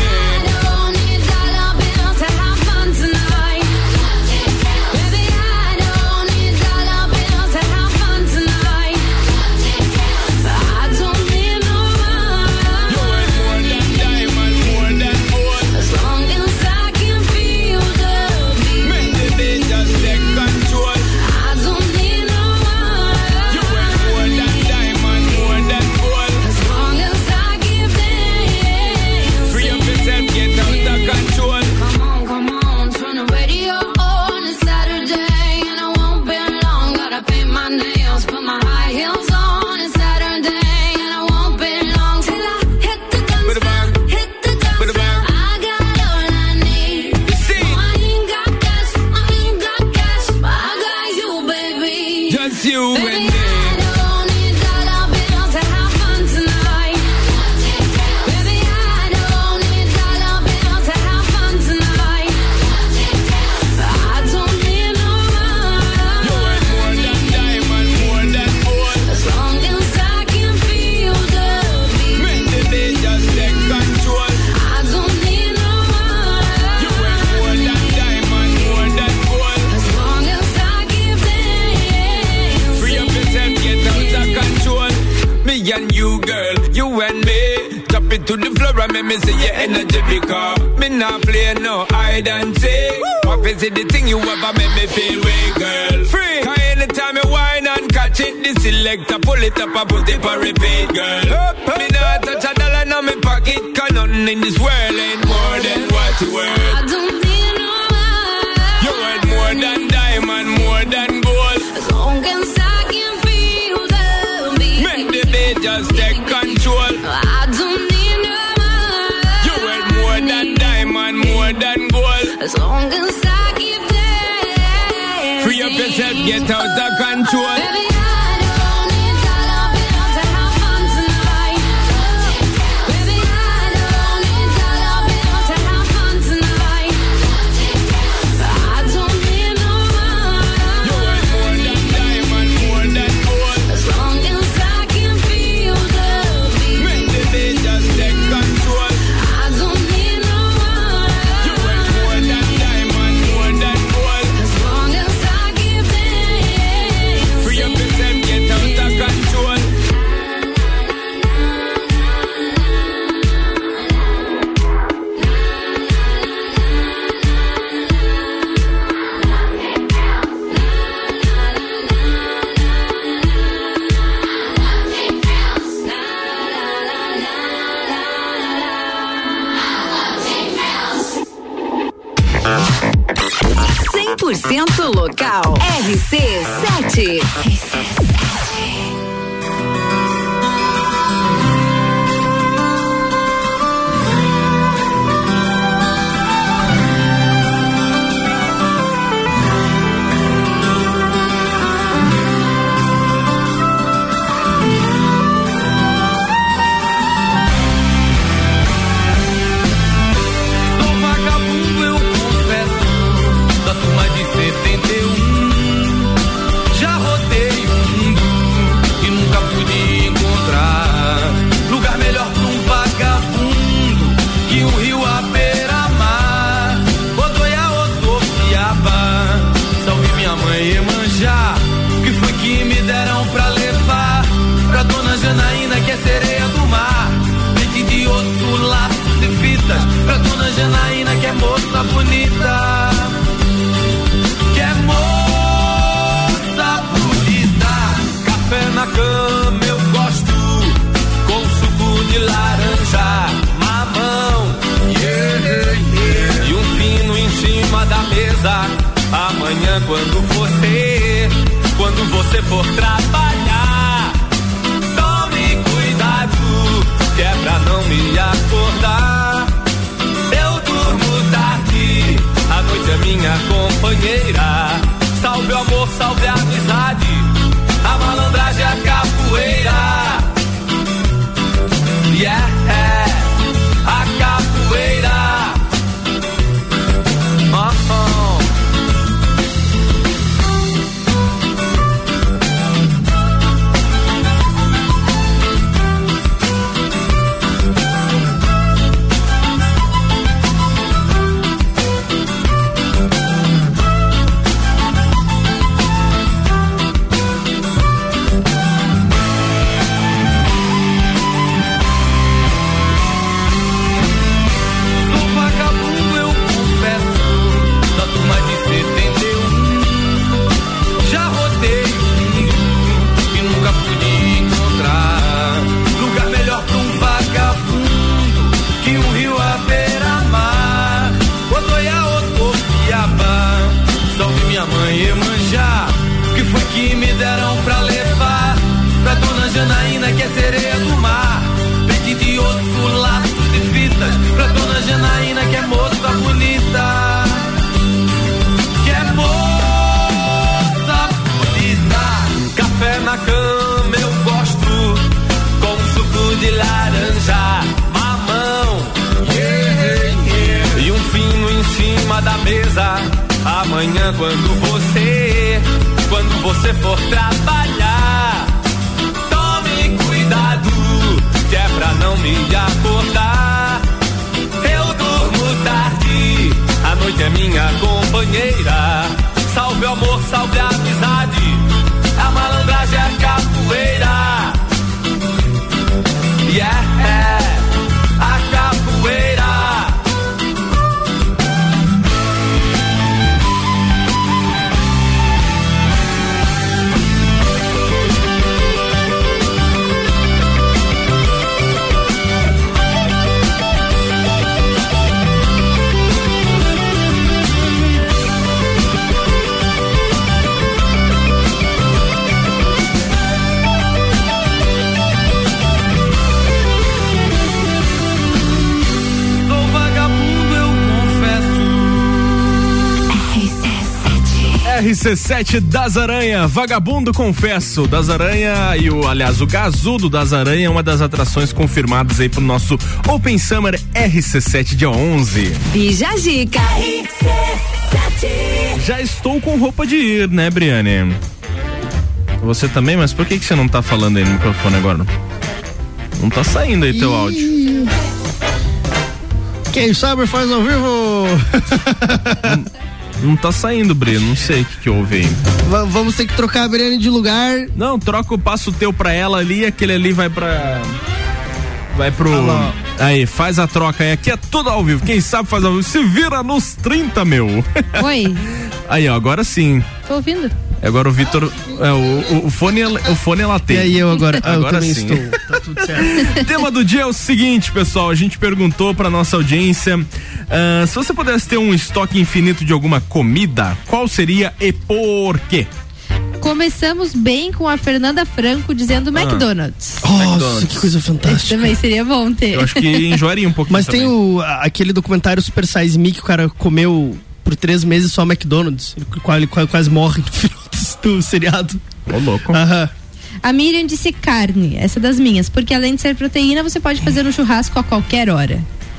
To the floor and make me see your energy because me not play no hide and seek. What is it the thing you ever make me feel way, girl? Free. Cause anytime you whine and catch it, the selector pull it up and put it for repeat, girl. Me not touch a dollar in my pocket, cause nothing in this world ain't more than what you worth. I don't need no money. You worth more than diamond, more than gold. As long as I can feel the beat. Make the beat just take control. I don't need more than gold. As long as I keep dancing. Free up yourself, get out of control. Baby, I don't need dollar bills to have fun tonight. Baby, I don't need dollar bills to have fun tonight. I don't need no money. You want more than diamond, more than gold. As long as I can feel the beat. Make the beat just take control. I don't need no money. You want more than diamond, more than gold. As long as I keep dancing. Free up yourself, get out of control. Local RC7. mesa. Amanhã quando você for trabalhar, tome cuidado, que é pra não me acordar. Eu durmo tarde, a noite é minha companheira. Salve o amor, salve a amizade, a malandragem, a capoeira. Yeah, a capoeira. Que me deram pra levar pra dona Janaína, que é sereia do mar. Peito de osso, laços e fitas pra dona Janaína, que é moça bonita. Que é moça bonita. Café na cama eu gosto, com suco de laranja, mamão, e um fino em cima da mesa. Amanhã quando você for trabalhar, tome cuidado, que é pra não me acordar. Eu durmo tarde, a noite é minha companheira. Salve o amor, salve a amizade, a malandragem, a capoeira. Yeah, a capoeira. RC7 Das Aranha, Vagabundo Confesso. Das Aranha e o Gazudo Das Aranha é uma das atrações confirmadas aí pro nosso Open Summer RC7 dia 11. Bijagica RC7. Já estou com roupa de ir, né, Briane? Você também? Mas por que você não tá falando aí no microfone agora? Não tá saindo aí teu áudio. Quem sabe faz ao vivo. Não tá saindo, Breno, não sei o que houve aí. Vamos ter que trocar a Briane de lugar. Não, troca, passo o teu pra ela ali, aquele ali vai pro... Aí, faz a troca aí, aqui é tudo ao vivo, quem sabe faz ao vivo, se vira nos 30, meu. Oi. Aí, ó, agora sim. Tô ouvindo. Agora o Vitor, o fone ela tem. E aí eu agora agora eu também sim. estou, tá tudo certo. Tema do dia é o seguinte, pessoal, a gente perguntou pra nossa audiência, se você pudesse ter um estoque infinito de alguma comida, qual seria e por quê? Começamos bem com a Fernanda Franco dizendo McDonald's. Nossa, que coisa fantástica. Esse também seria bom ter. Eu acho que enjoaria um pouquinho. Mas também. tem aquele documentário Super Size Me que o cara comeu por 3 meses só McDonald's. Ele quase morre no final do seriado. Ô, louco. Aham. A Miriam disse carne, essa das minhas, porque além de ser proteína, você pode fazer no churrasco a qualquer hora.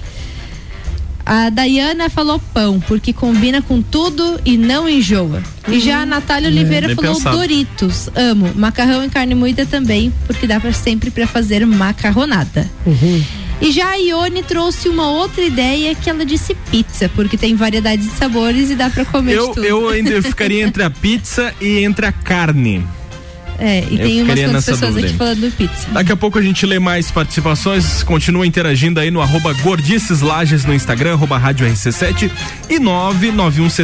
A Dayana falou pão, porque combina com tudo e não enjoa. E já a Natália Oliveira falou pensado. Doritos, amo. Macarrão e carne moída também, porque dá sempre pra fazer macarronada. E já a Ione trouxe uma outra ideia que ela disse pizza, porque tem variedade de sabores e dá pra comer de tudo. Eu ainda ficaria entre a pizza e entre a carne. E tem umas quantas pessoas aqui falando pizza. Daqui a pouco a gente lê mais participações, continua interagindo aí no @gordiceslages no Instagram, @rádio RC7 e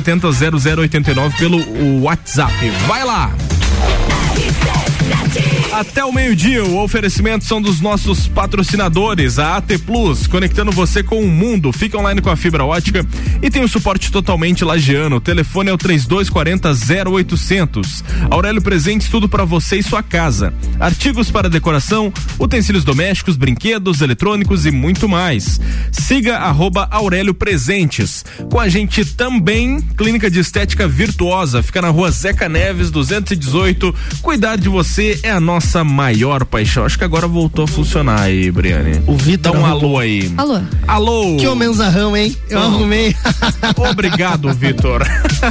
991700089 pelo WhatsApp. Vai lá! Até o meio-dia, o oferecimento são dos nossos patrocinadores, a AT Plus, conectando você com o mundo. Fica online com a fibra ótica e tem o suporte totalmente lagiano. O telefone é o 3240-0800. Aurélio Presentes, tudo para você e sua casa. Artigos para decoração, utensílios domésticos, brinquedos, eletrônicos e muito mais. Siga @Aurélio Presentes. Com a gente também, Clínica de Estética Virtuosa, fica na rua Zeca Neves, 218. Cuidar de você é a nossa maior paixão. Acho que agora voltou a funcionar aí, Briane. O Vitor. Dá um alô aí. Alô. Alô. Que homenzarrão, hein? Eu arrumei. Obrigado, Vitor.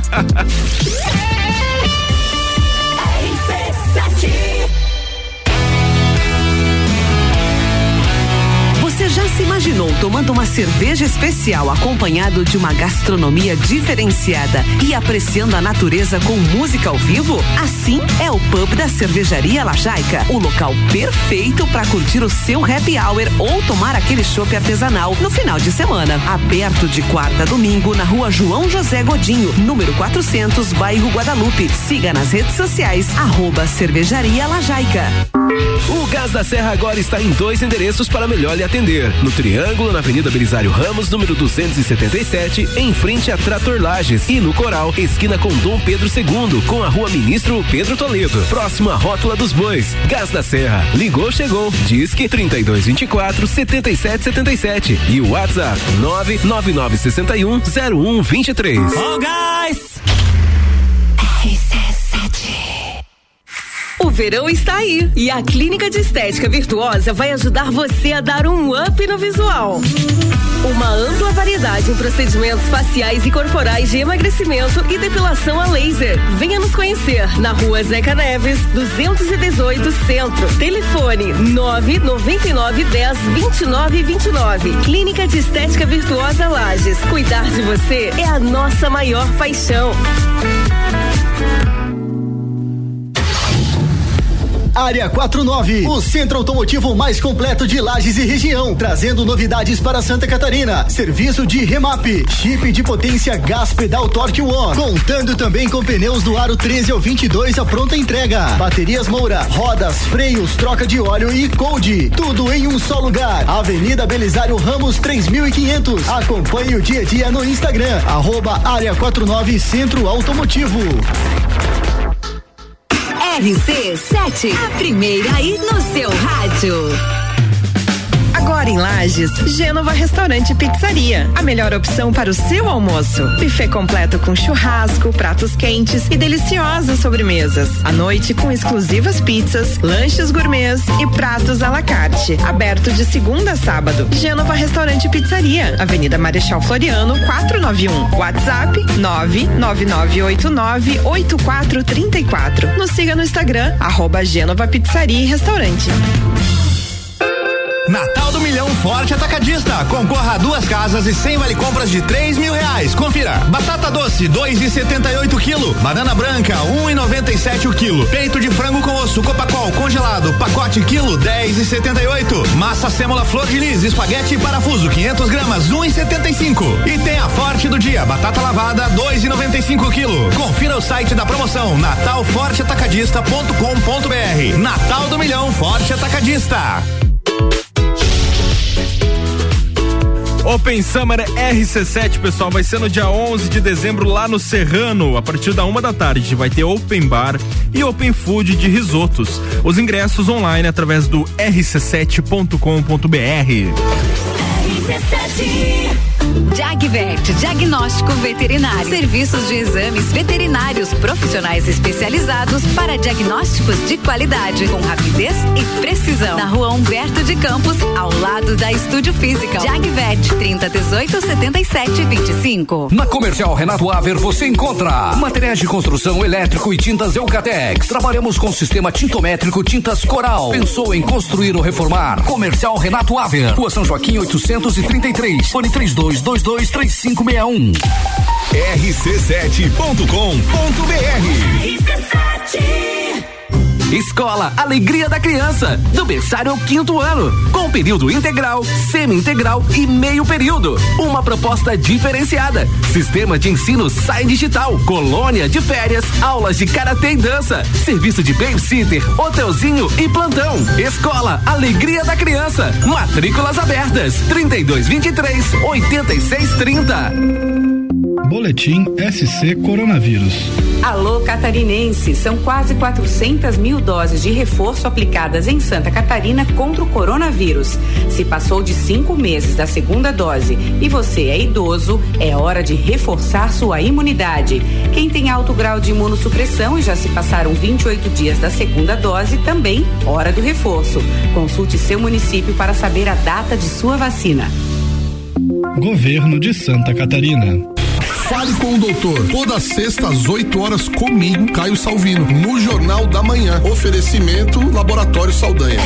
Você já se imaginou tomando uma cerveja especial acompanhado de uma gastronomia diferenciada e apreciando a natureza com música ao vivo? Assim é o pub da Cervejaria Lajaica, o local perfeito para curtir o seu happy hour ou tomar aquele chopp artesanal no final de semana. Aberto de quarta a domingo na rua João José Godinho, número 400, bairro Guadalupe. Siga nas redes sociais @Cervejaria Lajaica. O Gás da Serra agora está em 2 endereços para melhor lhe atender. No Triângulo, na Avenida Belisário Ramos, número 277, em frente a Trator Lages. E no Coral, esquina com Dom Pedro II, com a rua Ministro Pedro Toledo, próximo à Rótula dos Bois. Gás da Serra. Ligou, chegou. Disque 3224-7777. E o WhatsApp 99961-0123. Ó, gás! O verão está aí e a Clínica de Estética Virtuosa vai ajudar você a dar um up no visual. Uma ampla variedade em procedimentos faciais e corporais de emagrecimento e depilação a laser. Venha nos conhecer na rua Zeca Neves, 218 Centro. Telefone 99910-2929. Clínica de Estética Virtuosa Lages. Cuidar de você é a nossa maior paixão. Área 49, o centro automotivo mais completo de Lages e região, trazendo novidades para Santa Catarina. Serviço de remap, chip de potência Gas Pedal Torque One, contando também com pneus do aro 13 ao 22 a pronta entrega. Baterias Moura, rodas, freios, troca de óleo e cold, tudo em um só lugar. Avenida Belisário Ramos 3500. Acompanhe o dia a dia no Instagram, @Área 49 Centro Automotivo. RC7, a primeira aí no seu rádio. Agora em Lages, Gênova Restaurante e Pizzaria. A melhor opção para o seu almoço. Buffet completo com churrasco, pratos quentes e deliciosas sobremesas. À noite com exclusivas pizzas, lanches gourmets e pratos à la carte. Aberto de segunda a sábado. Gênova Restaurante e Pizzaria. Avenida Marechal Floriano, 491. WhatsApp 99989-8434. Nos siga no Instagram, @Gênova Pizzaria e Restaurante. Natal do Milhão Forte Atacadista. Concorra a 2 casas e 100 vale compras de R$3.000. Confira. Batata doce, 2,78 kg. Banana branca, 1,97 o quilo. Peito de frango com osso Copacol congelado, pacote quilo, 10,78. Massa sêmola flor de lis, espaguete e parafuso, 500 gramas, 1,75. E tem a Forte do dia, batata lavada, 2,95 kg. Confira o site da promoção, natalforteatacadista.com.br. Natal do Milhão Forte Atacadista. Open Summer RC7, pessoal, vai ser no dia 11 de dezembro lá no Serrano, a partir da 1 da tarde. Vai ter Open Bar e Open Food de risotos. Os ingressos online através do rc7.com.br. RC7. Jagvet, diagnóstico veterinário. Serviços de exames veterinários profissionais especializados para diagnósticos de qualidade, com rapidez e precisão. Na rua Humberto de Campos, ao lado da Estúdio Física. Jagvet, 3018-7725. Na Comercial Renato Aver você encontra materiais de construção elétrico e tintas Eucatex. Trabalhamos com sistema tintométrico Tintas Coral. Pensou em construir ou reformar? Comercial Renato Aver, Rua São Joaquim 833, fone 32223561. rc7.com.br. RC7. Escola Alegria da Criança, do berçário ao 5º ano, com período integral, semi-integral e meio período. Uma proposta diferenciada. Sistema de ensino Sai Digital, colônia de férias, aulas de karatê e dança, serviço de babysitter, hotelzinho e plantão. Escola Alegria da Criança. Matrículas abertas. 3223-8630. Boletim SC Coronavírus. Alô, catarinense, são quase 400 mil doses de reforço aplicadas em Santa Catarina contra o coronavírus. Se passou de 5 meses da segunda dose e você é idoso, é hora de reforçar sua imunidade. Quem tem alto grau de imunossupressão e já se passaram 28 dias da segunda dose, também hora do reforço. Consulte seu município para saber a data de sua vacina. Governo de Santa Catarina. Fale com o doutor, toda sexta às 8 horas comigo, Caio Salvino, no Jornal da Manhã. Oferecimento Laboratório Saldanha.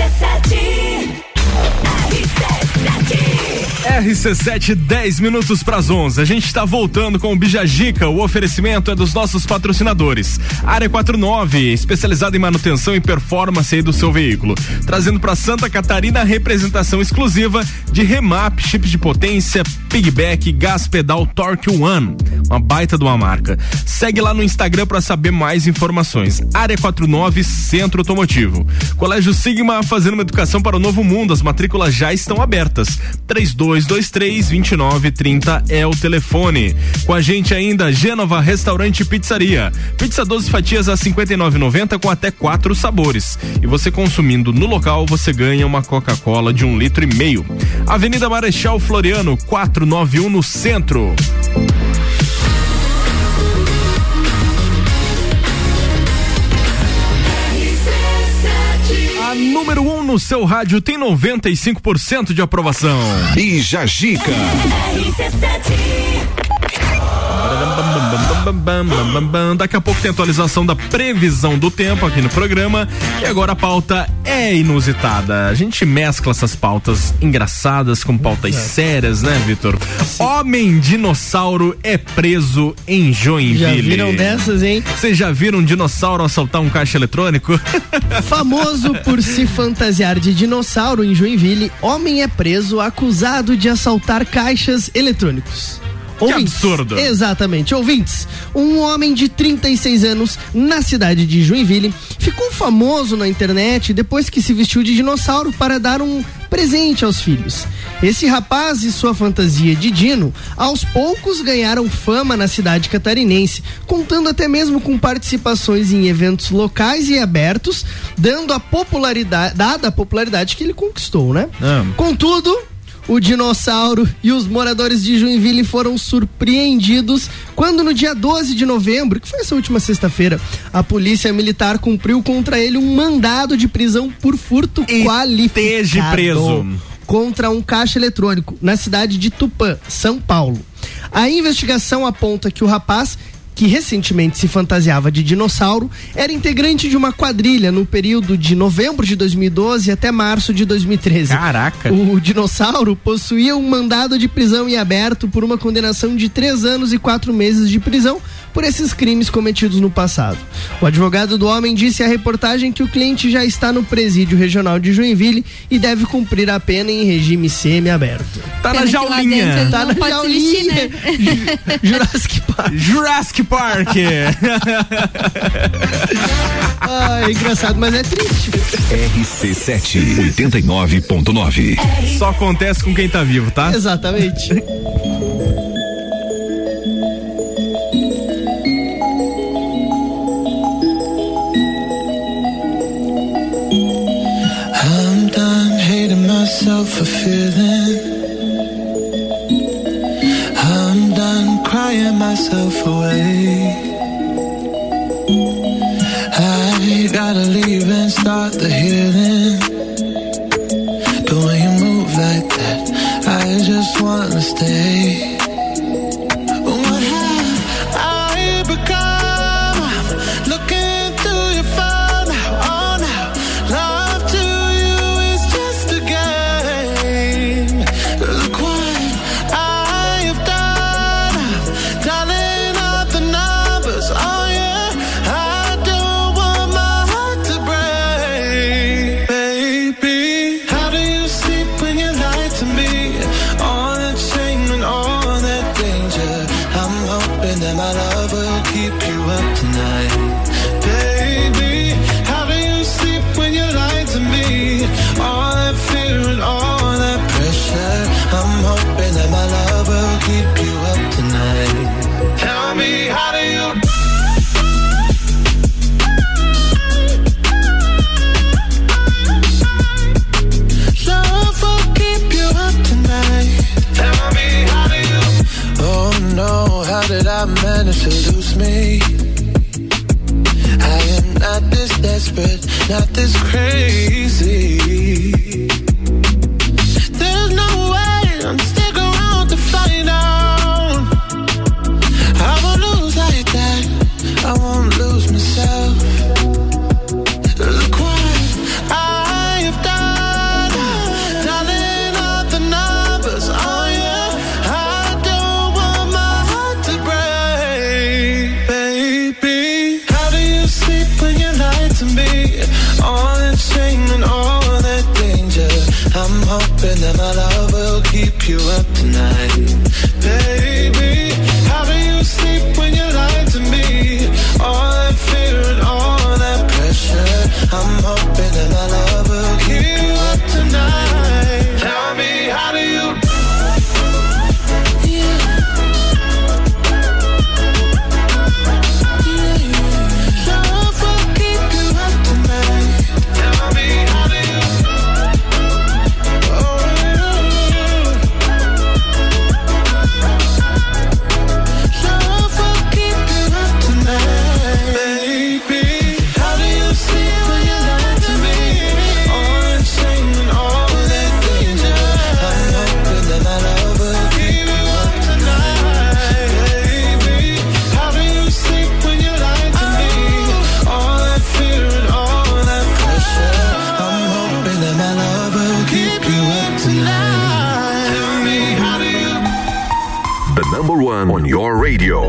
RC7, 10 minutos para as 11. A gente está voltando com o Bijagica. O oferecimento é dos nossos patrocinadores. Área 49, especializada em manutenção e performance aí do seu veículo. Trazendo para Santa Catarina a representação exclusiva de Remap, chips de potência, pigback, gás pedal Torque One. Uma baita de uma marca. Segue lá no Instagram para saber mais informações. Área 49, Centro Automotivo. Colégio Sigma, fazendo uma educação para o novo mundo. As matrículas já estão abertas. 3223-2930 é o telefone. Com a gente ainda, Gênova Restaurante e Pizzaria. Pizza 12 fatias a R$59,90 com até 4 sabores. E você consumindo no local, você ganha uma Coca-Cola de 1,5 litro. Avenida Marechal Floriano, 491 no centro. A número 1 no seu rádio tem 95% de aprovação. Bijagica. Daqui a pouco tem atualização da previsão do tempo aqui no programa. E agora a pauta é inusitada. A gente mescla essas pautas engraçadas com pautas sérias, né, Vitor? Homem dinossauro é preso em Joinville. Já viram dessas, hein? Vocês já viram um dinossauro assaltar um caixa eletrônico? Famoso por se fantasiar de dinossauro em Joinville, homem é preso acusado de assaltar caixas eletrônicos. Ouvintes, que absurdo. Exatamente, ouvintes. Um homem de 36 anos na cidade de Joinville ficou famoso na internet depois que se vestiu de dinossauro para dar um presente aos filhos. Esse rapaz e sua fantasia de dino aos poucos ganharam fama na cidade catarinense, contando até mesmo com participações em eventos locais e abertos, dada a popularidade que ele conquistou, né? Contudo, o dinossauro e os moradores de Joinville foram surpreendidos quando no dia 12 de novembro, que foi essa última sexta-feira, a polícia militar cumpriu contra ele um mandado de prisão por furto qualificado preso contra um caixa eletrônico na cidade de Tupã, São Paulo. A investigação aponta que o rapaz, que recentemente se fantasiava de dinossauro, era integrante de uma quadrilha no período de novembro de 2012 até março de 2013. Caraca! O dinossauro possuía um mandado de prisão em aberto por uma condenação de 3 anos e 4 meses de prisão por esses crimes cometidos no passado. O advogado do homem disse à reportagem que o cliente já está no presídio regional de Joinville e deve cumprir a pena em regime semi-aberto. Tá na jaulinha. Tá na jaulinha. Jurassic Park. Jurassic Park. É engraçado, mas é triste. RC7 89.9. Só acontece com quem tá vivo, tá? Exatamente. I'm done hating myself for feeling. I'm done crying myself away. I gotta leave and start the healing. But when you move like that, I just wanna stay. What have I become? I'm looking through your phone now, oh now. Love to you is just a game. Look what I have done. I'm dialing up the numbers, oh yeah. I don't want my will keep you up tonight. Baby, how do you sleep when you lie to me? All that fear and all that pressure, I'm hoping that my love will keep you up tonight. Tell me, how do you love will keep you up tonight? Tell me, how do you? Oh no, how did I manage to lose me? I am not this desperate, not this crazy. There's no way I'm stick around to find out. I won't lose like that, I won't lose myself. Look what I have done, dialing up the numbers on you. I don't want my heart to break, baby. How do you sleep when you lie to me? All that shame and all that danger, I'm hoping that my love will keep you up tonight. Baby, how do you sleep when you lie to me? All that fear and all that pressure, I'm hoping that my love will keep you up tonight. Tell me, how do you? Love will keep you up tonight. Tell me, how do you? Love will keep you up tonight. Baby, how do you sleep when you lie to me? All that shame and all that danger, I'm hoping that my love will keep you up tonight. Baby, how do you sleep when you lie to me? All that fear and all that pressure, I'm hoping that my love will keep you up tonight. Tell me, how do you? The number one on your radio.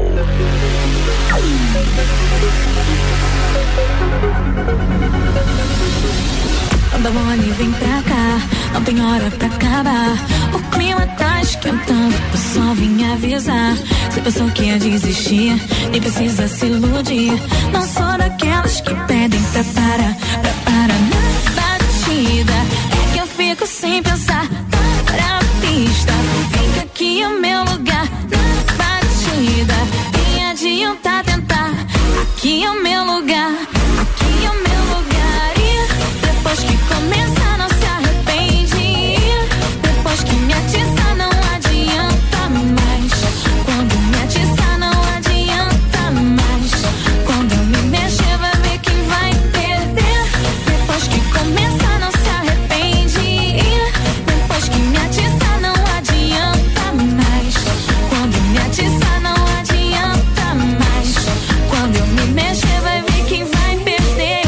Damone, vem pra cá, não tem hora pra acabar. O clima tá esquentando, eu só vim avisar. Se pensou que ia desistir, nem precisa se iludir. Não sou daquelas que pedem pra parar na batida. É que eu fico sem pensar, para a pista. Vem que aqui é o meu lugar, na batida. Nem adianta tentar, aqui é o meu lugar, aqui é o meu lugar. E depois que começa não se arrepende. Depois que me atiça não adianta mais. Quando me atiça não adianta mais. Quando eu me mexer vai ver quem vai perder. Depois que começa não se arrepende. Depois que me atiça não adianta mais. Quando me atiça não adianta mais. Quando eu me mexer vai ver quem vai perder.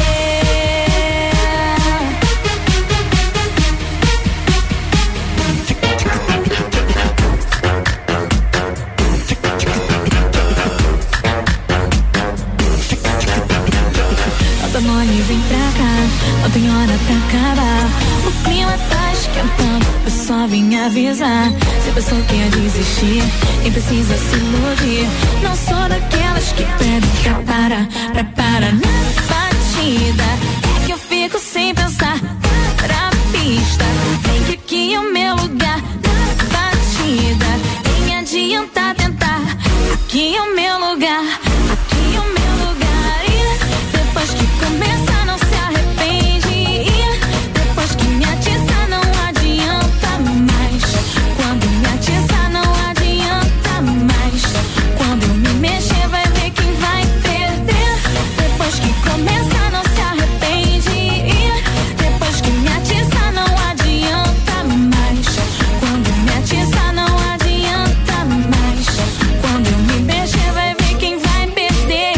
Damone, vem pra cá, não tem hora pra acabar. O clima tá esquentando, eu só vim avisar. Se pensou que ia desistir, nem precisa se iludir. Não sou daquelas que pedem pra parar na batida. É que eu fico sem pensar, pra pista. Vem que aqui é o meu lugar, na batida. Nem adianta tentar, aqui é o meu lugar, aqui é o meu lugar. E depois que começa não se arrepende. Depois que me atiça não adianta mais. Quando me atiça não adianta mais. Quando eu me mexer vai ver quem vai perder. Depois que começa não se arrepende. Depois que me atiça não adianta mais. Quando me atiça não adianta mais. Quando eu me mexer vai ver quem vai perder.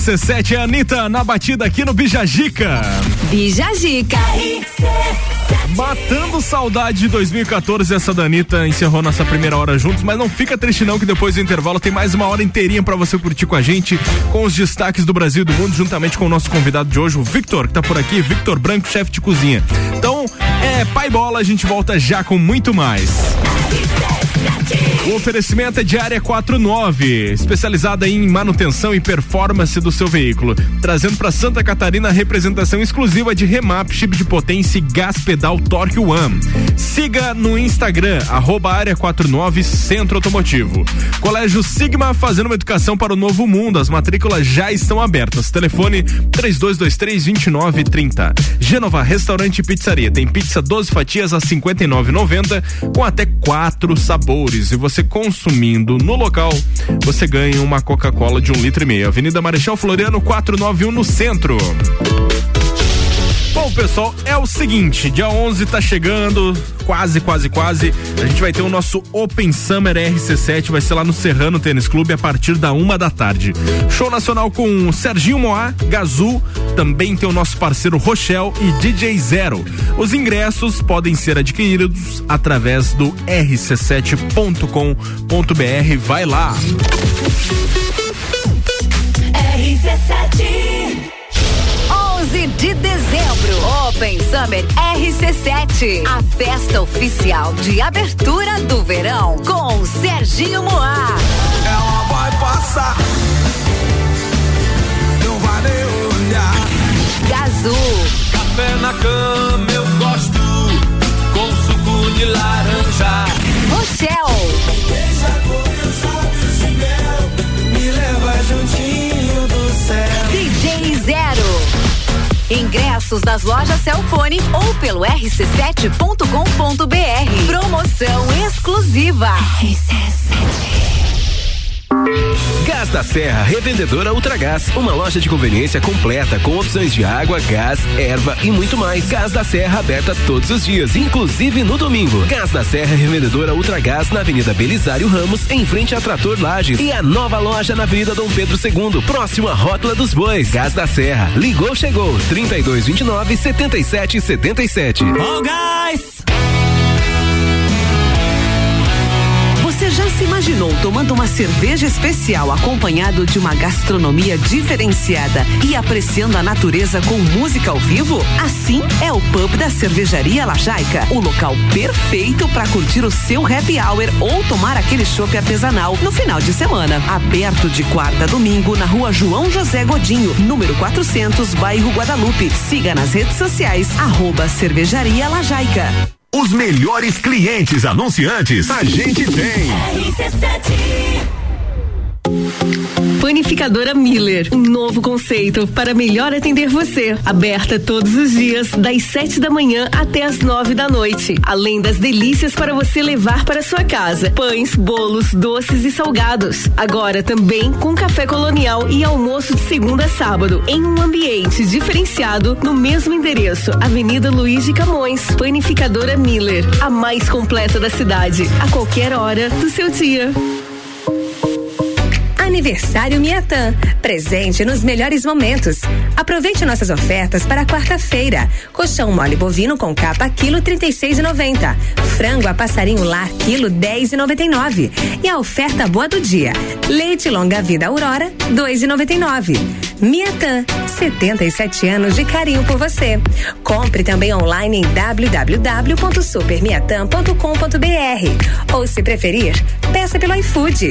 RC7, Anitta na batida aqui no Bijagica. Bijagica. Matando saudade de 2014, essa da Anitta encerrou nossa primeira hora juntos, mas não fica triste não que depois do intervalo tem mais uma hora inteirinha pra você curtir com a gente, com os destaques do Brasil e do mundo, juntamente com o nosso convidado de hoje, o Victor, que tá por aqui, Victor Branco, chefe de cozinha. Então, pai bola, a gente volta já com muito mais. O oferecimento é de Área 49, especializada em manutenção e performance do seu veículo, trazendo para Santa Catarina a representação exclusiva de Remap, chip de potência e gás pedal Torque One. Siga no Instagram, @Área 49 Centro Automotivo. Colégio Sigma, fazendo uma educação para o novo mundo. As matrículas já estão abertas. Telefone 3223-2930. Gênova Restaurante e Pizzaria. Tem pizza 12 fatias a R$59,90 com até 4 sabores. E você consumindo no local, você ganha uma Coca-Cola de 1,5 litro. Avenida Marechal Floriano 491 no centro. Bom, pessoal, é o seguinte, dia 11 tá chegando, quase. A gente vai ter o nosso Open Summer RC7, vai ser lá no Serrano Tênis Clube a partir da 1 da tarde. Show nacional com Serginho Moá, Gazul, também tem o nosso parceiro Rochelle e DJ Zero. Os ingressos podem ser adquiridos através do rc7.com.br. Vai lá! RC7 11 de dezembro, Open Summer RC7, a festa oficial de abertura do verão com Serginho Moá. Ela vai passar, não vai nem olhar. Gazul, café na cama eu gosto, com suco de laranja. Rochelle, deixa correr os olhos de mel, me leva juntinho do céu. DJ Zero. Ingressos das lojas Cellfone ou pelo rc7.com.br. Promoção exclusiva. Gás da Serra, revendedora Ultragás, uma loja de conveniência completa com opções de água, gás, erva e muito mais. Gás da Serra aberta todos os dias, inclusive no domingo. Gás da Serra, revendedora Ultragás na Avenida Belisário Ramos, em frente a Trator Lages, e a nova loja na Avenida Dom Pedro II, próximo à Rótula dos Bois. Gás da Serra, ligou, chegou, 3229-7777. Oh, guys! Você já se imaginou tomando uma cerveja especial acompanhado de uma gastronomia diferenciada e apreciando a natureza com música ao vivo? Assim é o pub da Cervejaria Lajaica, o local perfeito para curtir o seu happy hour ou tomar aquele chopp artesanal no final de semana. Aberto de quarta a domingo na Rua João José Godinho, número 400, bairro Guadalupe. Siga nas redes sociais @Cervejaria Lajaica. Os melhores clientes anunciantes a gente tem. Panificadora Miller, um novo conceito para melhor atender você. Aberta todos os dias, das 7 da manhã até as 9 da noite. Além das delícias para você levar para sua casa: pães, bolos, doces e salgados. Agora também com café colonial e almoço de segunda a sábado, em um ambiente diferenciado, no mesmo endereço, Avenida Luiz de Camões. Panificadora Miller, a mais completa da cidade, a qualquer hora do seu dia. Aniversário Miatã, presente nos melhores momentos. Aproveite nossas ofertas para quarta-feira. Colchão mole bovino com capa quilo 36,90. Frango a passarinho lar quilo 10,99. E a oferta boa do dia: leite longa vida Aurora 2,99. Miatã, 77 anos de carinho por você. Compre também online em www.supermiatã.com.br ou, se preferir, peça pelo iFood.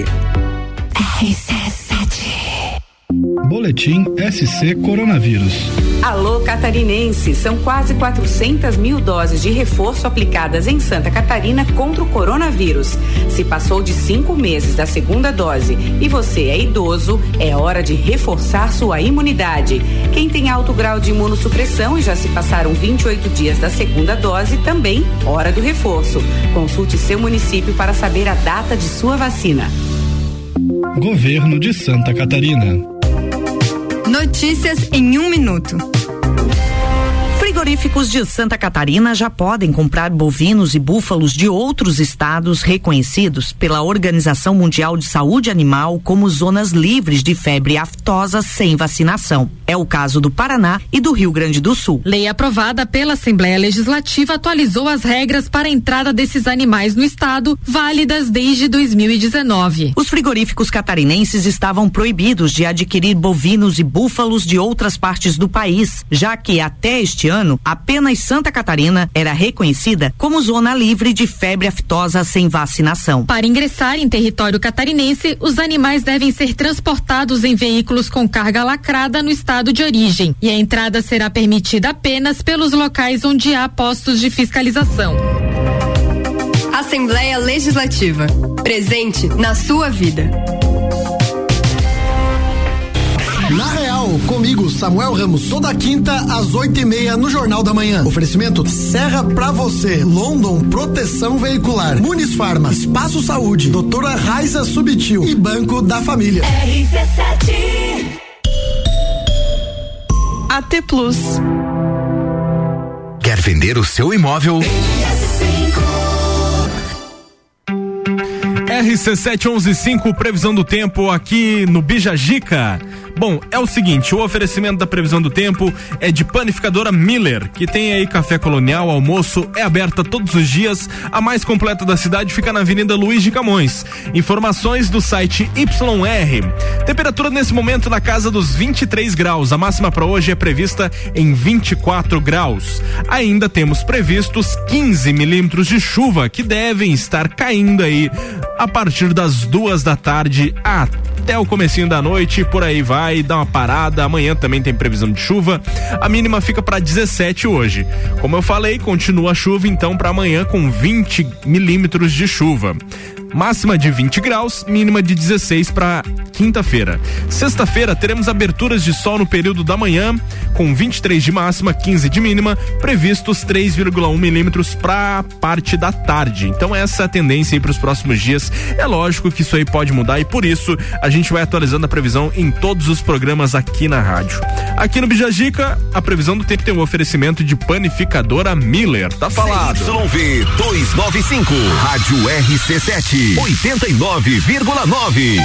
Boletim SC Coronavírus. Alô, catarinense, são quase 400 mil doses de reforço aplicadas em Santa Catarina contra o coronavírus. Se passou de 5 meses da segunda dose e você é idoso, é hora de reforçar sua imunidade. Quem tem alto grau de imunossupressão e já se passaram 28 dias da segunda dose, também hora do reforço. Consulte seu município para saber a data de sua vacina. Governo de Santa Catarina. Notícias em 1 minuto. frigoríficos de Santa Catarina já podem comprar bovinos e búfalos de outros estados reconhecidos pela Organização Mundial de Saúde Animal como zonas livres de febre aftosa sem vacinação. É o caso do Paraná e do Rio Grande do Sul. Lei aprovada pela Assembleia Legislativa atualizou as regras para a entrada desses animais no estado, válidas desde 2019. Os frigoríficos catarinenses estavam proibidos de adquirir bovinos e búfalos de outras partes do país, já que até este ano, apenas Santa Catarina era reconhecida como zona livre de febre aftosa sem vacinação. Para ingressar em território catarinense, os animais devem ser transportados em veículos com carga lacrada no estado de origem, e a entrada será permitida apenas pelos locais onde há postos de fiscalização. Assembleia Legislativa. Presente na sua vida. Na Real, comigo, Samuel Ramos, toda quinta às 8:30 no Jornal da Manhã. Oferecimento Serra pra você, London Proteção Veicular, Muniz Farma, Espaço Saúde, Doutora Raiza Subtil e Banco da Família. RC7 AT Plus. Quer vender o seu imóvel? RC7115, previsão do tempo aqui no Bijagica. Bom, é o seguinte, o oferecimento da previsão do tempo é de Panificadora Miller, que tem aí café colonial, almoço, é aberta todos os dias, a mais completa da cidade fica na Avenida Luiz de Camões. Informações do site YR. Temperatura nesse momento na casa dos 23 graus, a máxima para hoje é prevista em 24 graus. Ainda temos previstos 15 milímetros de chuva que devem estar caindo aí a partir das 2 da tarde até o comecinho da noite, por aí vai, dá uma parada. Amanhã também tem previsão de chuva. A mínima fica para 17 hoje. Como eu falei, continua a chuva então para amanhã com 20 milímetros de chuva. Máxima de 20 graus, mínima de 16 para quinta-feira. Sexta-feira teremos aberturas de sol no período da manhã, com 23 de máxima, 15 de mínima, previstos 3,1 milímetros para parte da tarde. Então essa é a tendência aí para os próximos dias. É lógico que isso aí pode mudar e por isso a gente vai atualizando a previsão em todos os programas aqui na rádio. Aqui no Bijagica, a previsão do tempo tem um oferecimento de Panificadora Miller. Tá falado. CYV 295, Rádio RC7. 89,9.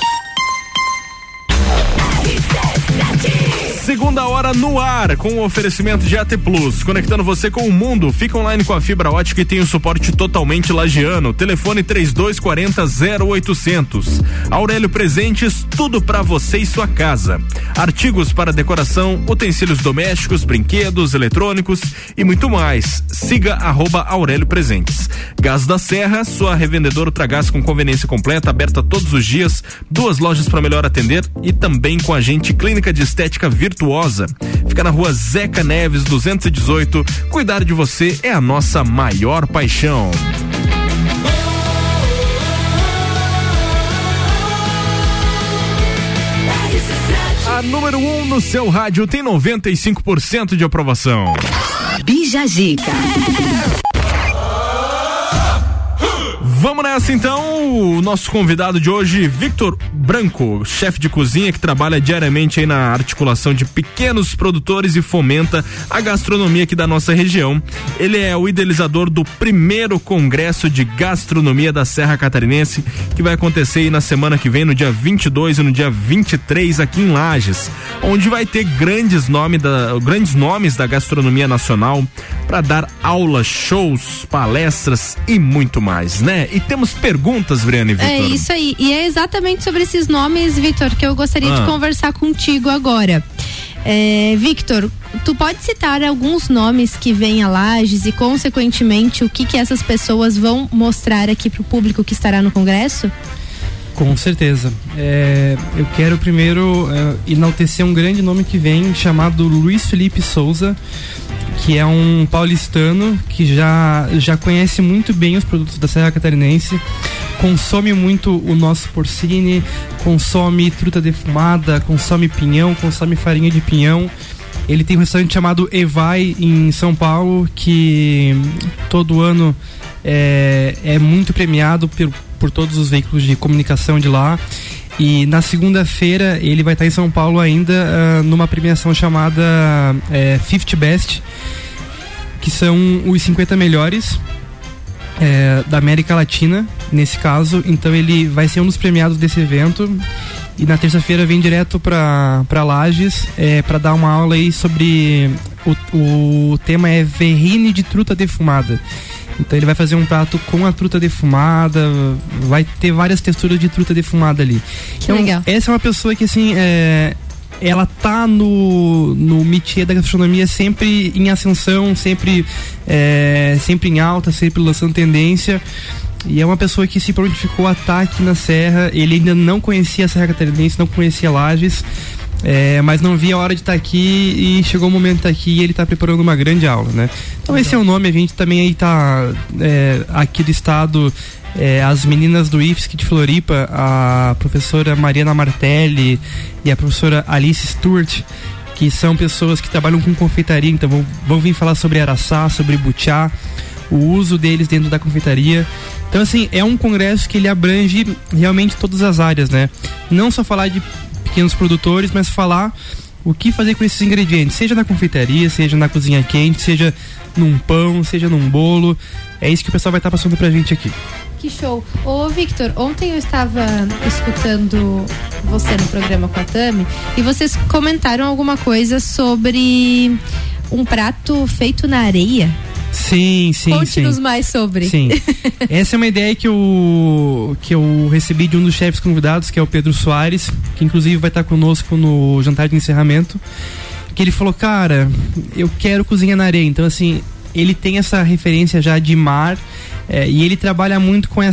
Segunda hora no ar, com o oferecimento de AT Plus, conectando você com o mundo. Fica online com a fibra ótica e tem o suporte totalmente lagiano. Telefone 3240-0800. Aurélio Presentes, tudo pra você e sua casa. Artigos para decoração, utensílios domésticos, brinquedos, eletrônicos e muito mais. Siga @Aurélio Presentes. Gás da Serra, sua revendedora Ultragás com conveniência completa, aberta todos os dias, 2 lojas para melhor atender e também com a gente Clínica de Estética Virtuosa. Fica na rua Zeca Neves 218. Cuidar de você é a nossa maior paixão. A número 1 no seu rádio tem 95% de aprovação. Bijagica. Vamos nessa então, o nosso convidado de hoje, Victor Branco, chefe de cozinha que trabalha diariamente aí na articulação de pequenos produtores e fomenta a gastronomia aqui da nossa região. Ele é o idealizador do primeiro congresso de gastronomia da Serra Catarinense, que vai acontecer aí na semana que vem, no dia 22 e no dia 23 aqui em Lages, onde vai ter grandes nomes da gastronomia nacional para dar aulas, shows, palestras e muito mais, né? E temos perguntas, Briane e Vitor. É isso aí, e é exatamente sobre esses nomes, Vitor, que eu gostaria de conversar contigo agora. Victor, tu pode citar alguns nomes que vêm a Lages e, consequentemente, o que essas pessoas vão mostrar aqui para o público que estará no congresso? Com certeza. Eu quero primeiro enaltecer um grande nome que vem, chamado Luiz Felipe Souza, que é um paulistano que já conhece muito bem os produtos da Serra Catarinense, consome muito o nosso porcine, consome truta defumada, consome pinhão, consome farinha de pinhão. Ele tem um restaurante chamado Evai em São Paulo, que todo ano é muito premiado por todos os veículos de comunicação de lá. E na segunda-feira ele vai estar em São Paulo ainda numa premiação chamada 50 Best, que são os 50 melhores da América Latina, nesse caso. Então ele vai ser um dos premiados desse evento. E na terça-feira vem direto para Lages para dar uma aula aí sobre o tema é verrine de truta defumada. Então ele vai fazer um prato com a truta defumada, vai ter várias texturas de truta defumada ali. Que então, legal. Essa é uma pessoa que assim, ela tá no métier da gastronomia sempre em ascensão, sempre em alta, sempre lançando tendência. E é uma pessoa que se prontificou a estar aqui na Serra. Ele ainda não conhecia a Serra Catarinense, não conhecia Lages, mas não via a hora de estar aqui, e chegou o momento de estar aqui e ele está preparando uma grande aula, né? Então esse é o nome. A gente também aí tá aqui do estado, as meninas do IFSC de Floripa, a professora Mariana Martelli e a professora Alice Stewart, que são pessoas que trabalham com confeitaria, então vão vir falar sobre araçá, sobre butiá, o uso deles dentro da confeitaria. Então assim, é um congresso que ele abrange realmente todas as áreas, né? Não só falar de pequenos produtores, mas falar o que fazer com esses ingredientes, seja na confeitaria, seja na cozinha quente, seja num pão, seja num bolo. É isso que o pessoal vai estar passando pra gente aqui. Que show. Ô Victor, ontem eu estava escutando você no programa com a Tami e vocês comentaram alguma coisa sobre um prato feito na areia. Sim. Conte-nos mais sobre. Sim. Essa é uma ideia que eu recebi de um dos chefes convidados, que é o Pedro Soares, que inclusive vai estar conosco no jantar de encerramento, que ele falou, cara, eu quero cozinhar na areia. Então assim, ele tem essa referência já de mar, e ele trabalha muito com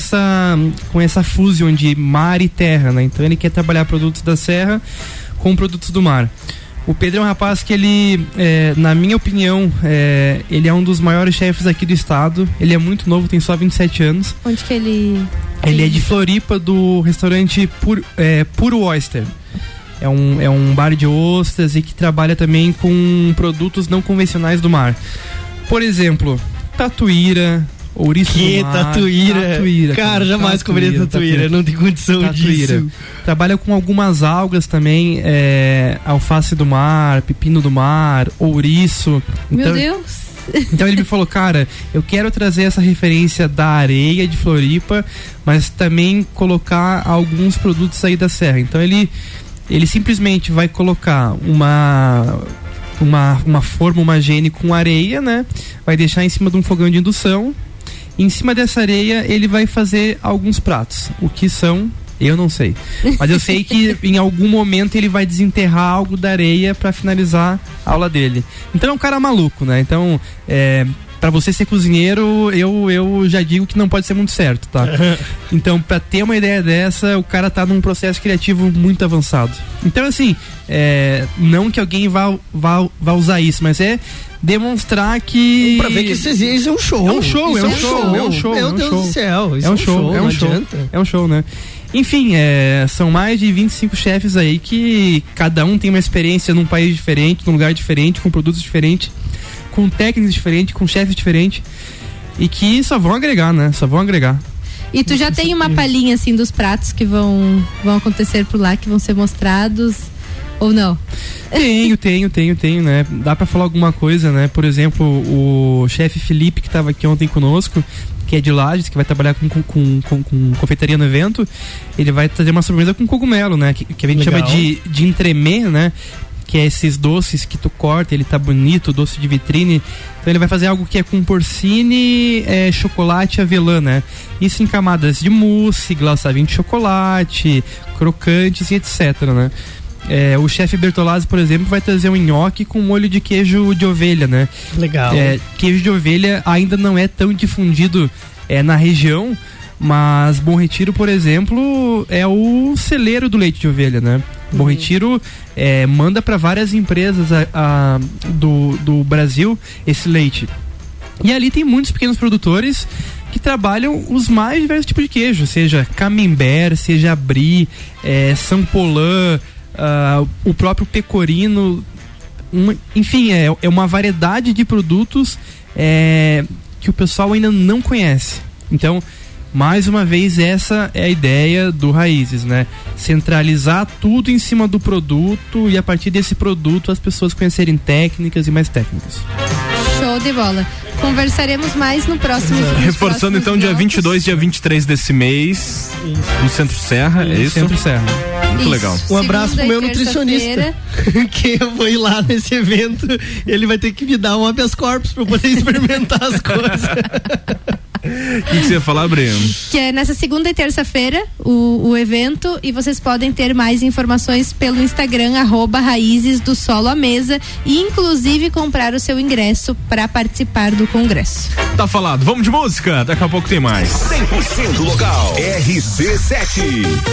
essa fusão de mar e terra, né? Então ele quer trabalhar produtos da serra com produtos do mar. O Pedro é um rapaz que ele, na minha opinião, ele é um dos maiores chefes aqui do estado. Ele é muito novo, tem só 27 anos. Onde que ele... Ele é de Floripa, do restaurante Puro Oyster. É um bar de ostras e que trabalha também com produtos não convencionais do mar. Por exemplo, tatuíra, ouriço do mar. Tatuíra. Cara, jamais comeria tatuíra, não tem condição disso. Trabalha com algumas algas também, alface do mar, pepino do mar, ouriço. Meu Deus! Então ele me falou, cara, eu quero trazer essa referência da areia de Floripa, mas também colocar alguns produtos aí da serra. Então ele simplesmente vai colocar uma forma, uma gene com areia, né? Vai deixar em cima de um fogão de indução. Em cima dessa areia ele vai fazer alguns pratos. O que são, eu não sei. Mas eu sei que em algum momento ele vai desenterrar algo da areia para finalizar a aula dele. Então é um cara maluco, né? Então, pra você ser cozinheiro, eu já digo que não pode ser muito certo, tá? Então, pra ter uma ideia dessa, o cara tá num processo criativo muito avançado. Então, assim, não que alguém vá usar isso, mas demonstrar que... Pra ver que isso é um show. É um show. Meu Deus do céu, isso é um show, né? Enfim, são mais de 25 chefes aí que cada um tem uma experiência num país diferente, num lugar diferente, com produtos diferentes, com técnicos diferentes, com chefes diferentes, e que só vão agregar, né? Só vão agregar. E tu já tem uma palhinha assim dos pratos que vão acontecer por lá, que vão ser mostrados, ou não? Tenho, né? Dá pra falar alguma coisa, né? Por exemplo, o chefe Felipe, que tava aqui ontem conosco, que é de Lages, que vai trabalhar com confeitaria no evento, ele vai trazer uma sobremesa com cogumelo, né? Que a gente chama de entremê, né? Que é esses doces que tu corta, ele tá bonito, doce de vitrine. Então ele vai fazer algo que é com porcine, chocolate e avelã, né? Isso em camadas de mousse, glaçavinho de chocolate, crocantes e etc, né? O chefe Bertolazzi, por exemplo, vai trazer um nhoque com molho de queijo de ovelha, né? Legal. Queijo de ovelha ainda não é tão difundido na região, mas Bom Retiro, por exemplo, é o celeiro do leite de ovelha, né? Bom Retiro manda para várias empresas do Brasil esse leite. E ali tem muitos pequenos produtores que trabalham os mais diversos tipos de queijo, seja camembert, seja brie, São Paulin, o próprio pecorino, enfim, é uma variedade de produtos que o pessoal ainda não conhece. Então, mais uma vez, essa é a ideia do Raízes, né? Centralizar tudo em cima do produto e a partir desse produto as pessoas conhecerem técnicas e mais técnicas. Show de bola. Conversaremos mais no próximo. Reforçando então, dia 22, dia 23 desse mês, no Centro Serra, é isso? Centro Serra. Muito legal. Um abraço pro meu nutricionista, que eu vou ir lá nesse evento, ele vai ter que me dar um habeas corpus pra eu poder experimentar as coisas. O que você ia falar, Breno? Que é nessa segunda e terça-feira o evento, e vocês podem ter mais informações pelo Instagram, @Raízes do Solo à Mesa, e inclusive comprar o seu ingresso para participar do congresso. Tá falado, vamos de música? Daqui a pouco tem mais. 100% local. RC7.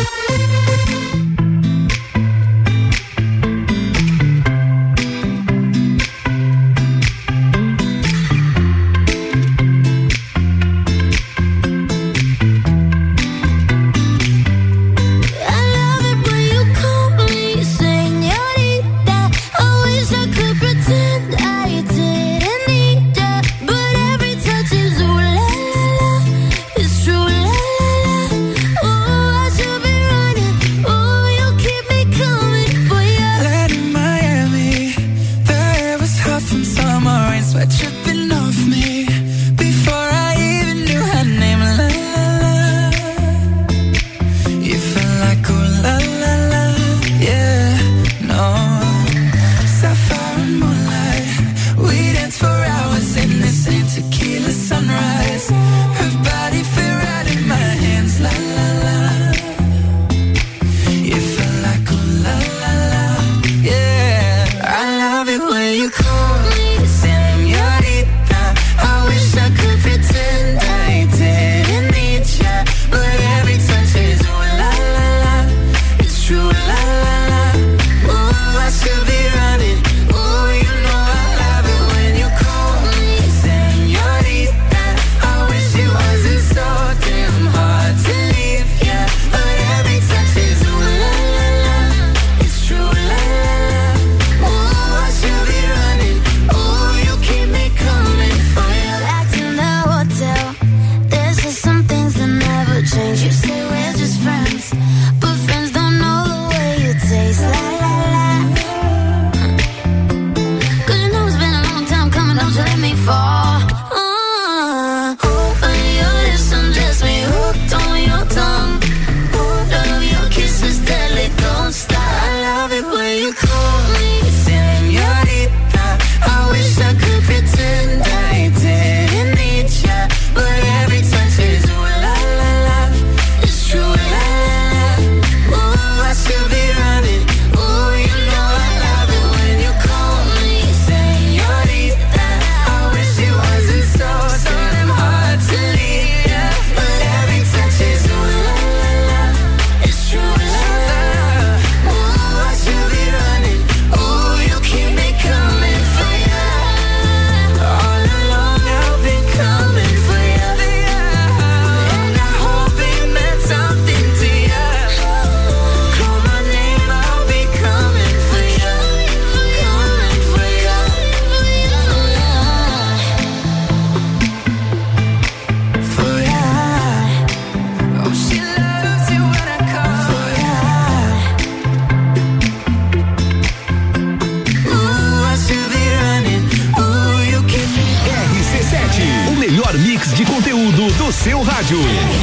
do seu rádio.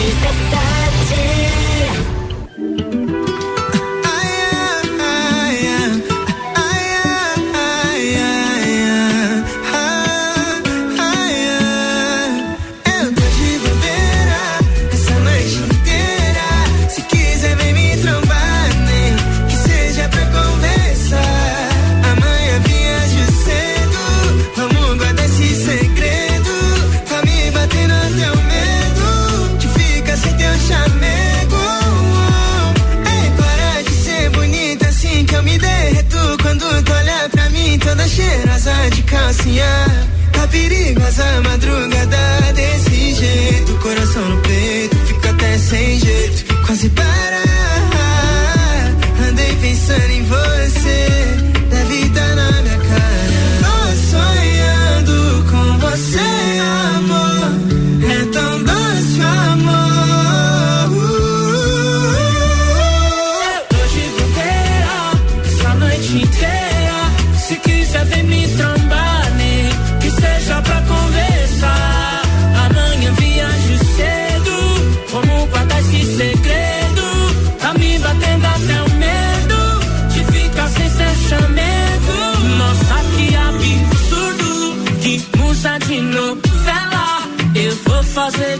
Cheirosa de calcinha, tá perigosa madrugada desse jeito, coração no peito, fica até sem jeito, quase para. Andei pensando em você, deve estar na minha cara. Tô sonhando com você, amor, é tão doce o amor. Eu tô de bobeira essa noite inteira. Se quiser vem me trombar, né? Que seja pra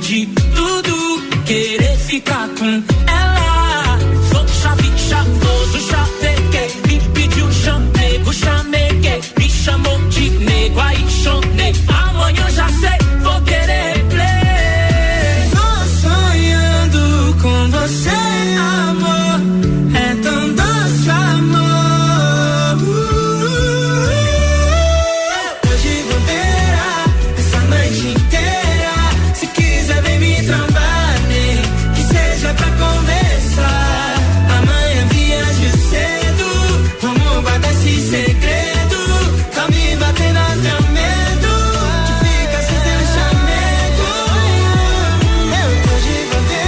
de tudo, querer ficar com ela. Sou chave, chavoso, chavequei, me pediu chamego, chameguei, me chamou de nego, aí chonei. Amanhã já sei, vou querer replay. Tô sonhando com você, amor, é tão doce amor. Hoje vou ter essa noite inteira. Se quiser vem me trombar, né? Que seja pra conversar. Amanhã viajo cedo, vamos guardar esse segredo. Tá me batendo até o medo de ficar sem teu chamego. Eu tô de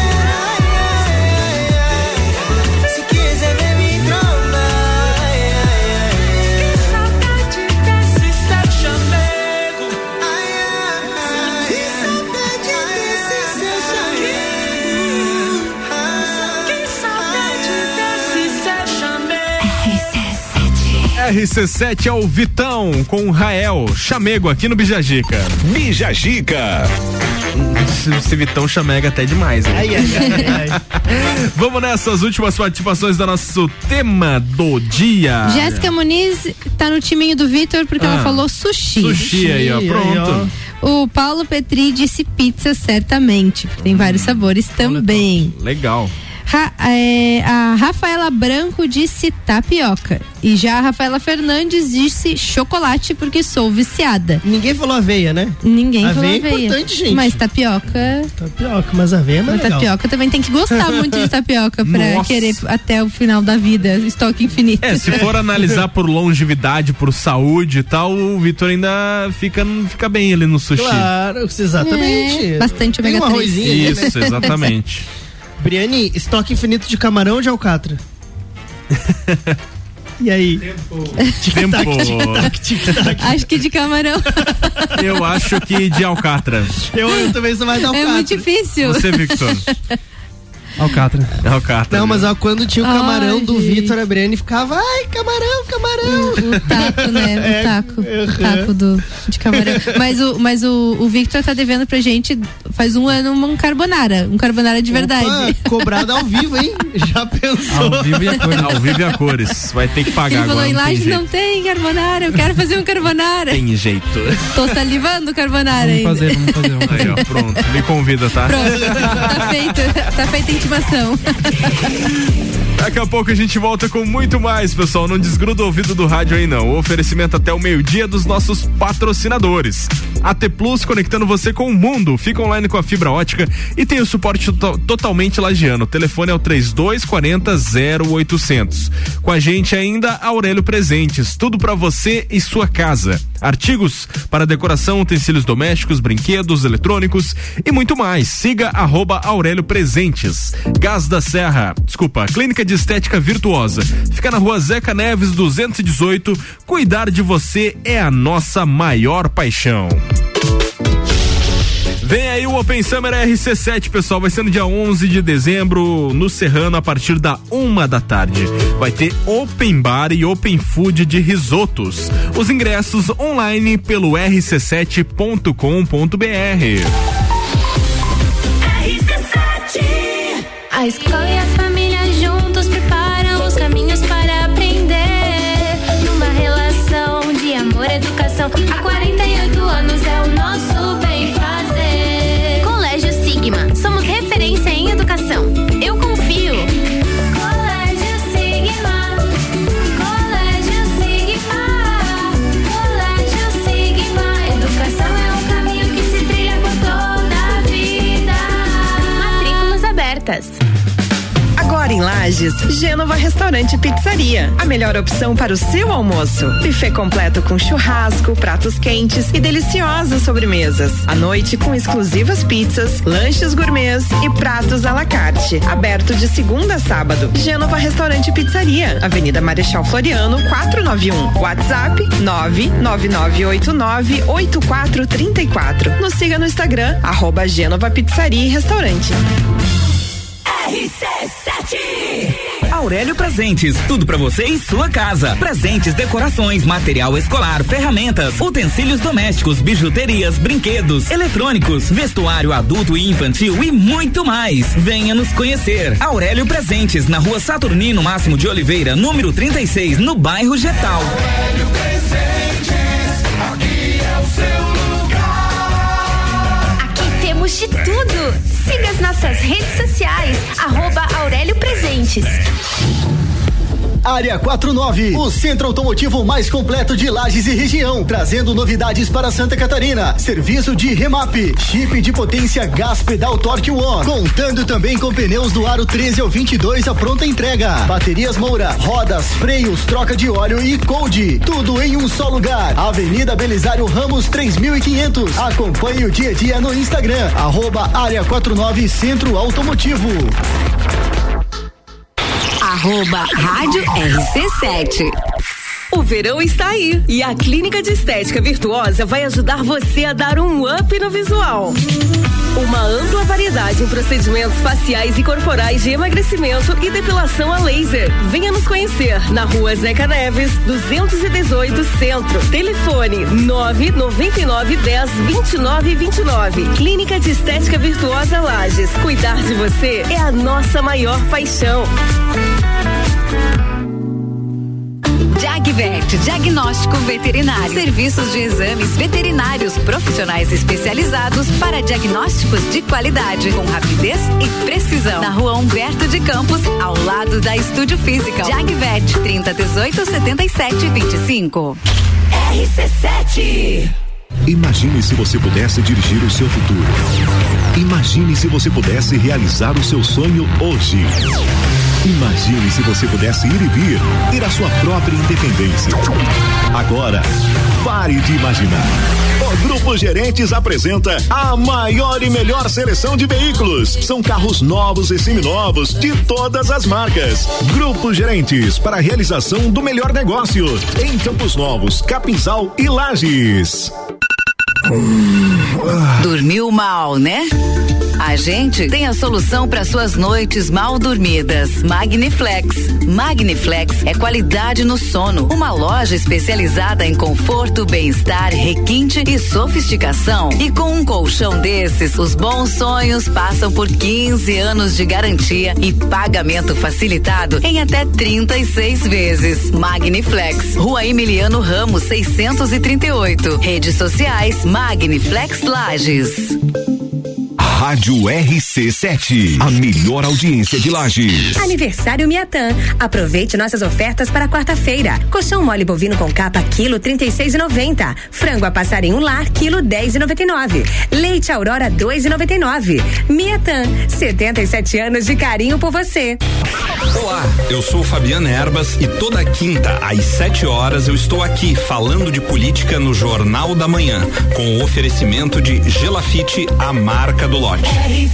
bandeira. Se quiser vem me trombar. Que saudade desse seu chamego. Que saudade desse seu chamego. Que saudade desse seu chamego. RC7 é o Vitão com o Rael, chamego aqui no Bijagica. Bijagica. Esse Vitão chamega até demais, hein? Vamos nessas últimas participações do nosso tema do dia. Jéssica Muniz tá no timinho do Vitor porque ela falou sushi. Sushi aí, ó, pronto. O Paulo Petri disse pizza, certamente, porque tem vários sabores também. Legal. A Rafaela Branco disse tapioca. E já a Rafaela Fernandes disse chocolate, porque sou viciada. Ninguém falou aveia, né? Ninguém falou aveia. aveia. É importante, gente. Mas tapioca. Tapioca, mas aveia é mais legal. Tapioca também tem que gostar muito de tapioca pra querer até o final da vida. Estoque infinito. Se for analisar por longevidade, por saúde e tal, o Vitor ainda fica bem ali no sushi. Claro, exatamente. Bastante ômega 3. Arrozinho, isso, exatamente. Briane, estoque infinito de camarão ou de alcatra? E aí? Tempo. Tic-tac. Acho que de camarão. Eu acho que de alcatra. Eu também sou mais de alcatra. É muito difícil. Você, Victor? Alcatra. Alcatra. Não, mas ó, quando tinha o camarão do gente. Vitor, a Briane ficava, ai, camarão. O taco, né? O taco de camarão. Mas o Victor tá devendo pra gente, faz um ano, um carbonara de verdade. Opa, cobrado ao vivo, hein? Já pensou? Ao vivo e a cores. Ao vivo e a cores. Vai ter que pagar. Ele falou, agora. em Lages não tem carbonara, eu quero fazer um carbonara. Tem jeito. Tô salivando carbonara Vamos fazer. Aí, ó, pronto. Me convida, tá? Pronto, tá feita a intimação. Daqui a pouco a gente volta com muito mais, pessoal. Não desgruda o ouvido do rádio aí, não. O oferecimento até o meio-dia dos nossos patrocinadores. AT Plus, conectando você com o mundo. Fica online com a fibra ótica e tem o suporte totalmente lagiano. O telefone é o 3240-0800. Com a gente ainda, Aurélio Presentes. Tudo pra você e sua casa. Artigos para decoração, utensílios domésticos, brinquedos, eletrônicos e muito mais. Siga @Aurélio Presentes. Gás da Serra, Clínica de Estética Virtuosa. Fica na Rua Zeca Neves 218. Cuidar de você é a nossa maior paixão. Vem aí o Open Summer RC7, pessoal, vai ser no dia 11 de dezembro no Serrano a partir da 1 da tarde. Vai ter Open Bar e Open Food de risotos. Os ingressos online pelo rc7.com.br. A escola e a família juntos preparam os caminhos para aprender. Numa relação de amor e educação, há 48 anos é o nosso bem fazer. Colégio Sigma, somos referência em educação. Eu confio. Colégio Sigma, Colégio Sigma, Colégio Sigma. Educação é um caminho que se trilha por toda a vida. Matrículas abertas. Agora em Lages, Gênova Restaurante e Pizzaria. A melhor opção para o seu almoço. Buffet completo com churrasco, pratos quentes e deliciosas sobremesas. À noite com exclusivas pizzas, lanches gourmets e pratos à la carte. Aberto de segunda a sábado. Gênova Restaurante e Pizzaria. Avenida Marechal Floriano, 491. WhatsApp 999898434. Nos siga no Instagram, @Gênova Pizzaria e Restaurante. RC7 Aurélio Presentes, tudo pra você em sua casa. Presentes, decorações, material escolar, ferramentas, utensílios domésticos, bijuterias, brinquedos, eletrônicos, vestuário adulto e infantil e muito mais. Venha nos conhecer. Aurélio Presentes, na Rua Saturnino Máximo de Oliveira, número 36, no bairro Getal. Aurélio Presentes, aqui é o seu lugar. Aqui temos de tudo. Siga as nossas redes sociais, @Aurélio Presentes. Área 49, o centro automotivo mais completo de Lages e região, trazendo novidades para Santa Catarina. Serviço de remap, chip de potência gás pedal Torque One, contando também com pneus do aro 13 ao 22 a pronta entrega. Baterias Moura, rodas, freios, troca de óleo e cold. Tudo em um só lugar. Avenida Belisário Ramos 3500. Acompanhe o dia a dia no Instagram, @Área 49 Centro Automotivo. @Rádio RC7. O verão está aí e a Clínica de Estética Virtuosa vai ajudar você a dar um up no visual. Uma ampla variedade em procedimentos faciais e corporais de emagrecimento e depilação a laser. Venha nos conhecer na Rua Zeca Neves, 218 Centro. Telefone 999 10 29 29. Clínica de Estética Virtuosa Lages. Cuidar de você é a nossa maior paixão. Jagvet, diagnóstico veterinário. Serviços de exames veterinários profissionais especializados para diagnósticos de qualidade, com rapidez e precisão. Na Rua Humberto de Campos, ao lado da Estúdio Física. Jagvet, 3018 77 25. RC7. Imagine se você pudesse dirigir o seu futuro. Imagine se você pudesse realizar o seu sonho hoje. Imagine se você pudesse ir e vir, ter a sua própria independência. Agora, pare de imaginar. O Grupo Gerentes apresenta a maior e melhor seleção de veículos. São carros novos e seminovos de todas as marcas. Grupo Gerentes, para a realização do melhor negócio em Campos Novos, Capinzal e Lages. Dormiu mal, né? A gente tem a solução para suas noites mal dormidas. Magniflex. Magniflex é qualidade no sono. Uma loja especializada em conforto, bem-estar, requinte e sofisticação. E com um colchão desses, os bons sonhos passam por 15 anos de garantia e pagamento facilitado em até 36 vezes. Magniflex. Rua Emiliano Ramos, 638. Redes sociais Magniflex Lages. Rádio RC7, a melhor audiência de Lages. Aniversário Miatã. Aproveite nossas ofertas para quarta-feira. Colchão mole bovino com capa quilo 36,90. Frango a passarinho lar quilo 10,99. Leite Aurora 2,99. Miatã, 77 anos de carinho por você. Olá, eu sou Fabiana Erbas e toda quinta às 7 horas eu estou aqui falando de política no Jornal da Manhã, com o oferecimento de Gelafite, a marca do lote.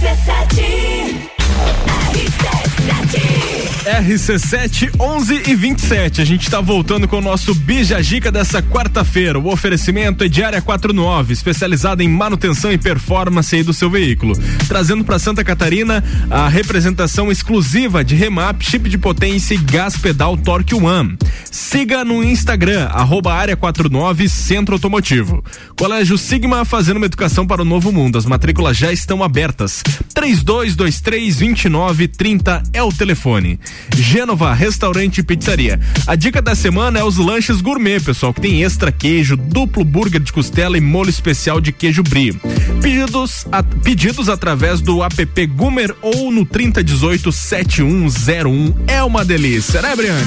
RC7 11:27. A gente tá voltando com o nosso Bijagica dessa quarta-feira. O oferecimento é de Área 49, especializada em manutenção e performance aí do seu veículo, trazendo para Santa Catarina a representação exclusiva de remap, chip de potência e gás pedal Torque One. Siga no Instagram @Área 49 Centro Automotivo. Colégio Sigma, fazendo uma educação para o novo mundo. As matrículas já estão abertas. 3223-2930 é o telefone. Gênova Restaurante e Pizzaria. A dica da semana é os lanches gourmet, pessoal, que tem extra queijo, duplo burger de costela e molho especial de queijo brie. Pedidos através do app Gumer ou no 3018-7101. É uma delícia, né, Briane?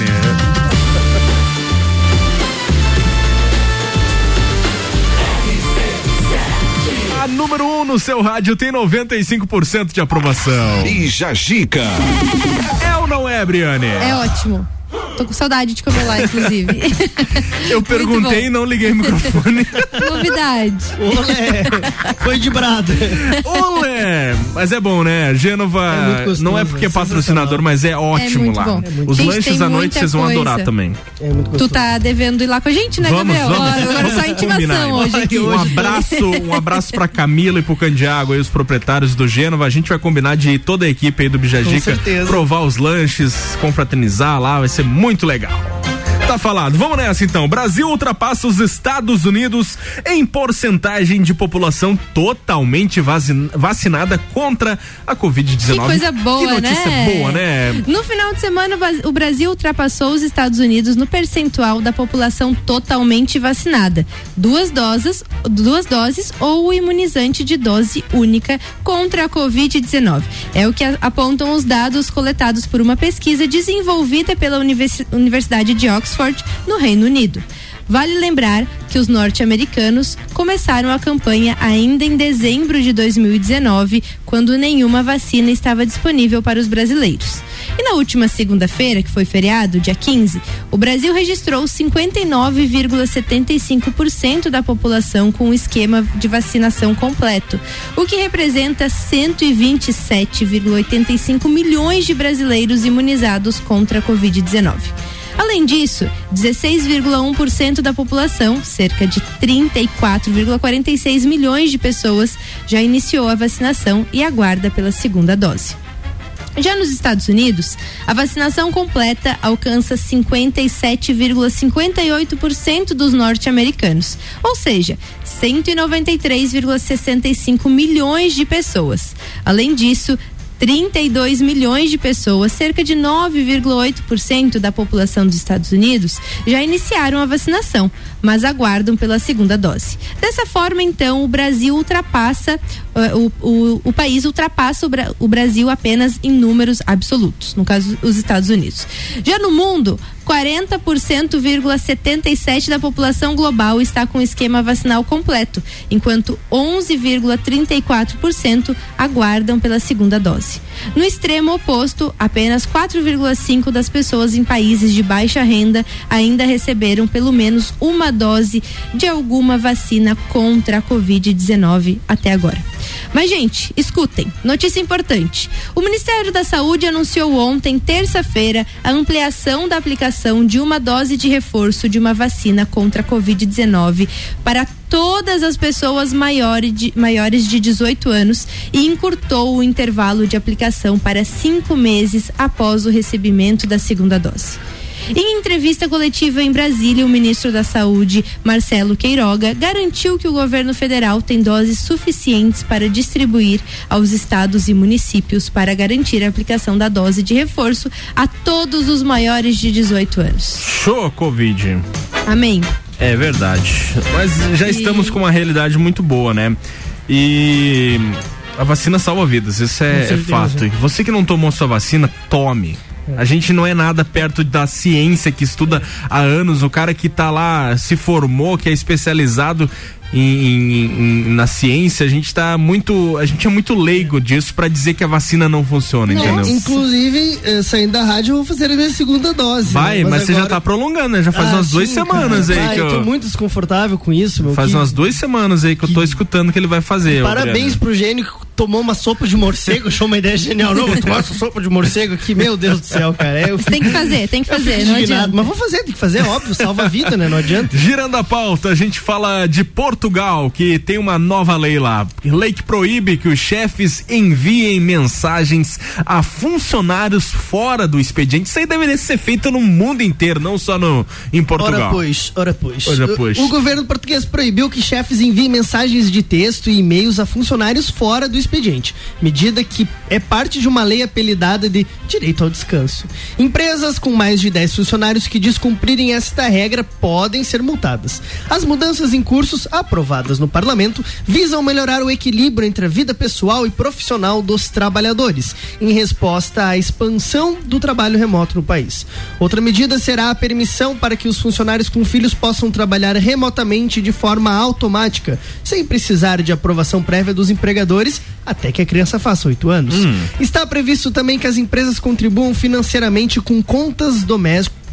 A número 1 no seu rádio tem 95% de aprovação. Bijagica. É ou não é, Briane? É ótimo. Tô com saudade de comer lá, inclusive. Eu perguntei e não liguei o microfone. Novidade. Olé, foi de brada. Olé! Mas é bom, né? Gênova gostoso, não é porque é patrocinador, mas é ótimo muito lá. bom. Os Gente, lanches tem à noite muita vocês vão coisa. adorar também. É muito gostoso. Tu tá devendo ir lá com a gente, né, Vamos, Gabriel? vamos. Agora Vamos só combinar. intimação hoje aqui. Um abraço pra Camila e pro Candiago aí, os proprietários do Gênova. A gente vai combinar de ir toda a equipe aí do Bijagica provar os lanches, confraternizar lá, vai ser muito legal. Tá falado, vamos nessa então. Brasil ultrapassa os Estados Unidos em porcentagem de população totalmente vacinada contra a Covid-19. Que coisa boa, que notícia boa, né? No final de semana, o Brasil ultrapassou os Estados Unidos no percentual da população totalmente vacinada. Duas doses ou o imunizante de dose única contra a Covid-19. É o que apontam os dados coletados por uma pesquisa desenvolvida pela Universidade de Oxford, no Reino Unido. Vale lembrar que os norte-americanos começaram a campanha ainda em dezembro de 2019, quando nenhuma vacina estava disponível para os brasileiros. E na última segunda-feira, que foi feriado, dia 15, o Brasil registrou 59,75% da população com o esquema de vacinação completo, o que representa 127,85 milhões de brasileiros imunizados contra a Covid-19. Além disso, 16,1% da população, cerca de 34,46 milhões de pessoas, já iniciou a vacinação e aguarda pela segunda dose. Já nos Estados Unidos, a vacinação completa alcança 57,58% dos norte-americanos, ou seja, 193,65 milhões de pessoas. Além disso, 32 milhões de pessoas, cerca de 9,8% da população dos Estados Unidos, já iniciaram a vacinação, mas aguardam pela segunda dose. Dessa forma, então, o Brasil ultrapassa, o país ultrapassa o Brasil apenas em números absolutos, no caso, os Estados Unidos. Já no mundo, 40,77% da população global está com o esquema vacinal completo, enquanto 11,34% aguardam pela segunda dose. No extremo oposto, apenas 4,5% das pessoas em países de baixa renda ainda receberam pelo menos uma dose de alguma vacina contra a Covid-19 até agora. Mas, gente, escutem, notícia importante. O Ministério da Saúde anunciou ontem, terça-feira, a ampliação da aplicação de uma dose de reforço de uma vacina contra a Covid-19 para todas as pessoas maiores de 18 anos e encurtou o intervalo de aplicação para 5 meses após o recebimento da segunda dose. Em entrevista coletiva em Brasília, o ministro da Saúde, Marcelo Queiroga, garantiu que o governo federal tem doses suficientes para distribuir aos estados e municípios para garantir a aplicação da dose de reforço a todos os maiores de 18 anos. Show, Covid. Amém. É verdade. Mas já estamos com uma realidade muito boa, né? E a vacina salva vidas, isso é fato. E você que não tomou sua vacina, tome. A gente não é nada perto da ciência que estuda há anos. O cara que tá lá, se formou, que é especializado na ciência, a gente é muito leigo disso pra dizer que a vacina não funciona, entendeu? Inclusive, saindo da rádio, eu vou fazer a minha segunda dose. Vai, mas você já tá prolongando, né? Já faz umas 2 semanas aí que eu tô muito desconfortável com isso, meu. Faz umas 2 semanas aí que eu tô escutando que ele vai fazer. Parabéns pro Gênio que tomou uma sopa de morcego, achou uma ideia genial. Não, vou tomar essa sopa de morcego aqui, meu Deus do céu, cara. Tem que fazer, não adianta. Mas vou fazer, tem que fazer, óbvio, salva a vida, né? Não adianta. Girando a pauta, a gente fala de Portugal, que tem uma nova lei lá. Lei que proíbe que os chefes enviem mensagens a funcionários fora do expediente. Isso aí deveria ser feito no mundo inteiro, não só em Portugal. Ora pois. O governo português proibiu que chefes enviem mensagens de texto e e-mails a funcionários fora do expediente. Medida que é parte de uma lei apelidada de direito ao descanso. Empresas com mais de 10 funcionários que descumprirem esta regra podem ser multadas. As mudanças em cursos aprovadas no parlamento visam melhorar o equilíbrio entre a vida pessoal e profissional dos trabalhadores, em resposta à expansão do trabalho remoto no país. Outra medida será a permissão para que os funcionários com filhos possam trabalhar remotamente de forma automática, sem precisar de aprovação prévia dos empregadores até que a criança faça 8 anos. Está previsto também que as empresas contribuam financeiramente com contas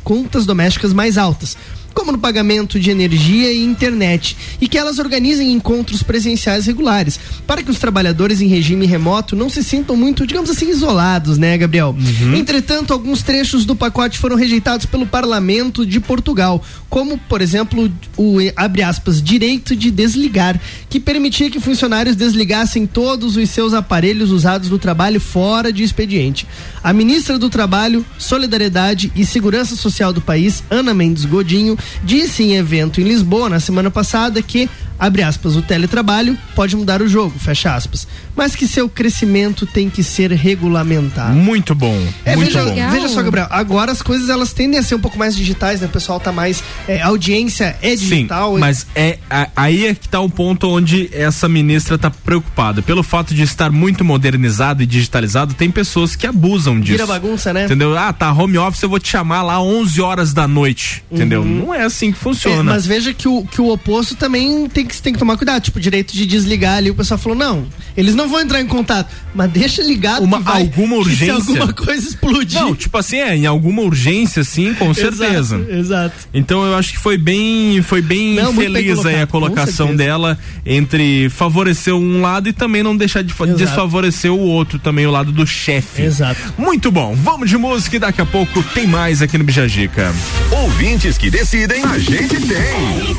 contas domésticas mais altas, como no pagamento de energia e internet, e que elas organizem encontros presenciais regulares, para que os trabalhadores em regime remoto não se sintam muito, digamos assim, isolados, né, Gabriel? Entretanto, alguns trechos do pacote foram rejeitados pelo Parlamento de Portugal, como, por exemplo, o, abre aspas, direito de desligar, que permitia que funcionários desligassem todos os seus aparelhos usados no trabalho fora de expediente. A ministra do Trabalho, Solidariedade e Segurança Social do país, Ana Mendes Godinho, disse em evento em Lisboa na semana passada que, abre aspas, o teletrabalho pode mudar o jogo, fecha aspas, mas que seu crescimento tem que ser regulamentado. Muito bom, muito bom. Veja só, Gabriel, agora as coisas elas tendem a ser um pouco mais digitais, né? O pessoal tá mais, a audiência é digital. Sim, mas aí é que tá o ponto onde essa ministra tá preocupada. Pelo fato de estar muito modernizado e digitalizado, tem pessoas que abusam disso. Vira bagunça, né? Entendeu? Tá home office, eu vou te chamar lá 11 horas da noite, entendeu? Não é assim que funciona. Mas veja que o oposto também tem que tomar cuidado, tipo, o direito de desligar ali, o pessoal falou, não, eles não vão entrar em contato, mas deixa ligado alguma urgência. Se alguma coisa explodir. Não, tipo assim, em alguma urgência, sim, com certeza. Exato. Então eu acho que foi bem feliz aí a colocação dela entre favorecer um lado e também não deixar de desfavorecer o outro, também o lado do chefe. Exato. Muito bom, vamos de música e daqui a pouco tem mais aqui no Bijagica. Ouvintes que decidem, a gente tem.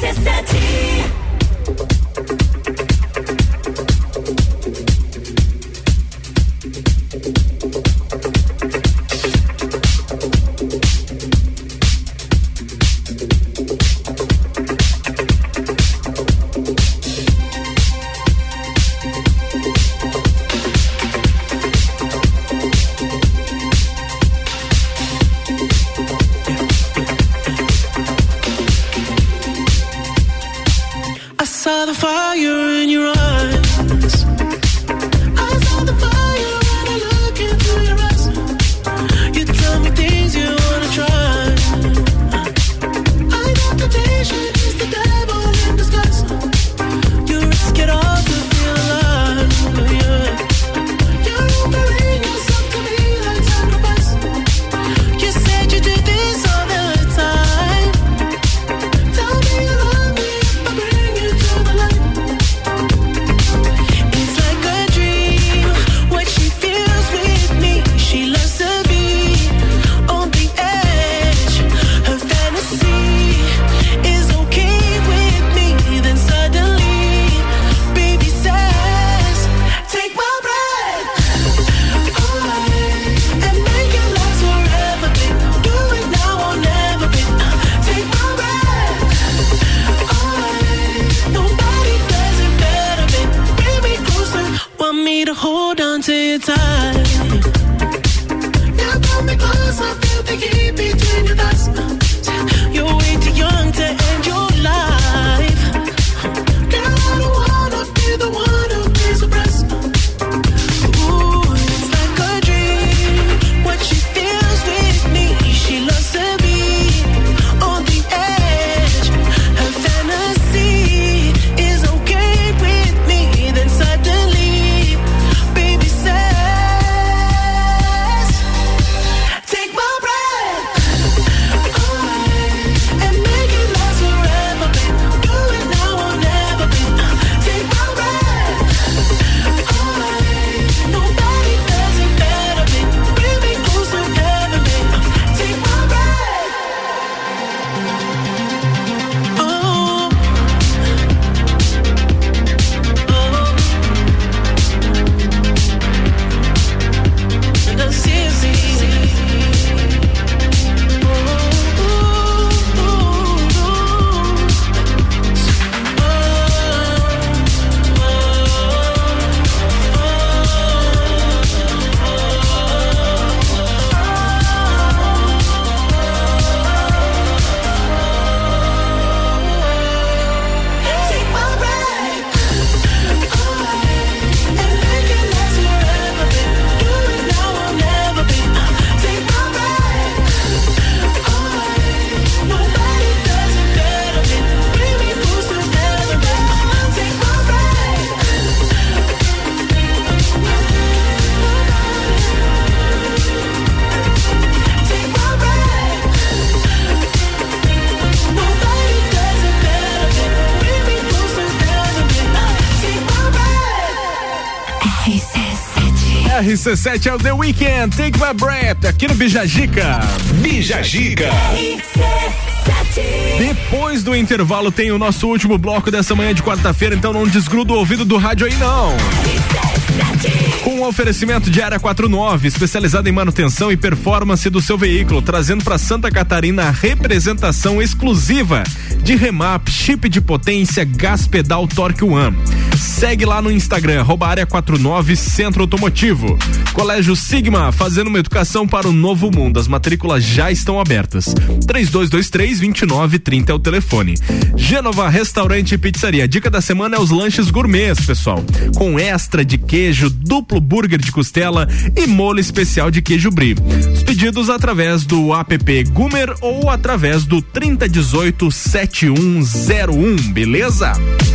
Saw the fire in your eyes. I saw the fire when I look into your eyes. You tell me things you wanna try. I know temptation is the devil in disguise. You risk it all to feel alive, yeah. You're offering yourself to me like sacrifice. You said you did this all the time. Tell me you love me if I bring you to the light. It's like a dream, what she feels with me. She loves to be on the edge. Her fantasy is okay with me. Then suddenly, baby says, take my breath away and make it last forever, babe. Do it now or never, babe. Take my breath away. Nobody does it better, babe. Bring me closer, want me to hold on to you tight. Yeah, pull me closer, feel the heat between your thighs. You're way too young to end your life. Girl, I don't wanna be the one who pays the price. Ooh, it's like a dream, what she feels with me. She loves to be on the edge. Her fantasy is okay with me. Then suddenly, baby says, take my breath RC7 é o The Weeknd, Take My Breath, aqui no Bijagica. Bijagica. Depois do intervalo tem o nosso último bloco dessa manhã de quarta-feira, então não desgruda o ouvido do rádio aí não. Com o oferecimento de Área 49, especializada em manutenção e performance do seu veículo, trazendo para Santa Catarina a representação exclusiva de Remap, chip de potência, gás pedal Torque One. Segue lá no Instagram, @Área 49 Centro Automotivo. Colégio Sigma, fazendo uma educação para o novo mundo. As matrículas já estão abertas. 3223-2930 é o telefone. Gênova Restaurante e Pizzaria. A dica da semana é os lanches gourmets, pessoal. Com extra de queijo, duplo burger de costela e molho especial de queijo brie. Os pedidos através do app Gumer ou através do 3018-7101, beleza?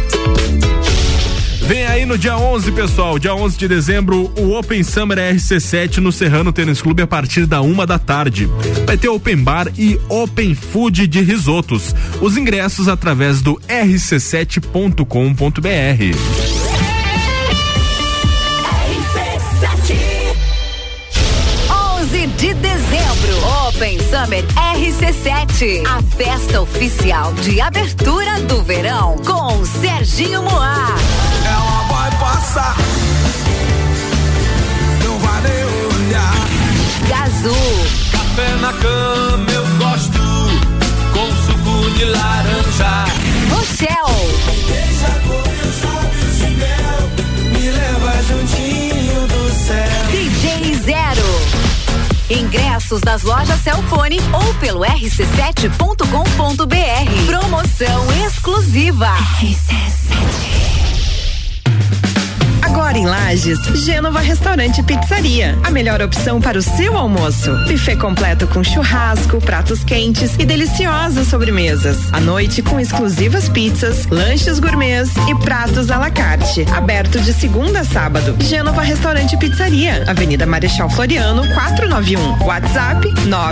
Vem aí no dia 11, pessoal, dia 11 de dezembro, o Open Summer RC7 no Serrano Tênis Clube a partir da 1h. Vai ter Open Bar e Open Food de risotos. Os ingressos através do rc7.com.br. 11 de dezembro, Open Summer RC7, a festa oficial de abertura do verão com Serginho Moá. Ela vai passar, não vai nem olhar. Gazu, café na cama eu gosto, com suco de laranja. Rochelle, deixa com meus lábios de mel, me leva juntinho do céu. DJ Zero. Ingressos nas lojas Cellfone ou pelo rc7.com.br. Promoção exclusiva. RC7. Agora em Lages, Gênova Restaurante e Pizzaria. A melhor opção para o seu almoço. Buffet completo com churrasco, pratos quentes e deliciosas sobremesas. À noite com exclusivas pizzas, lanches gourmets e pratos à la carte. Aberto de segunda a sábado. Gênova Restaurante e Pizzaria. Avenida Marechal Floriano, 491. WhatsApp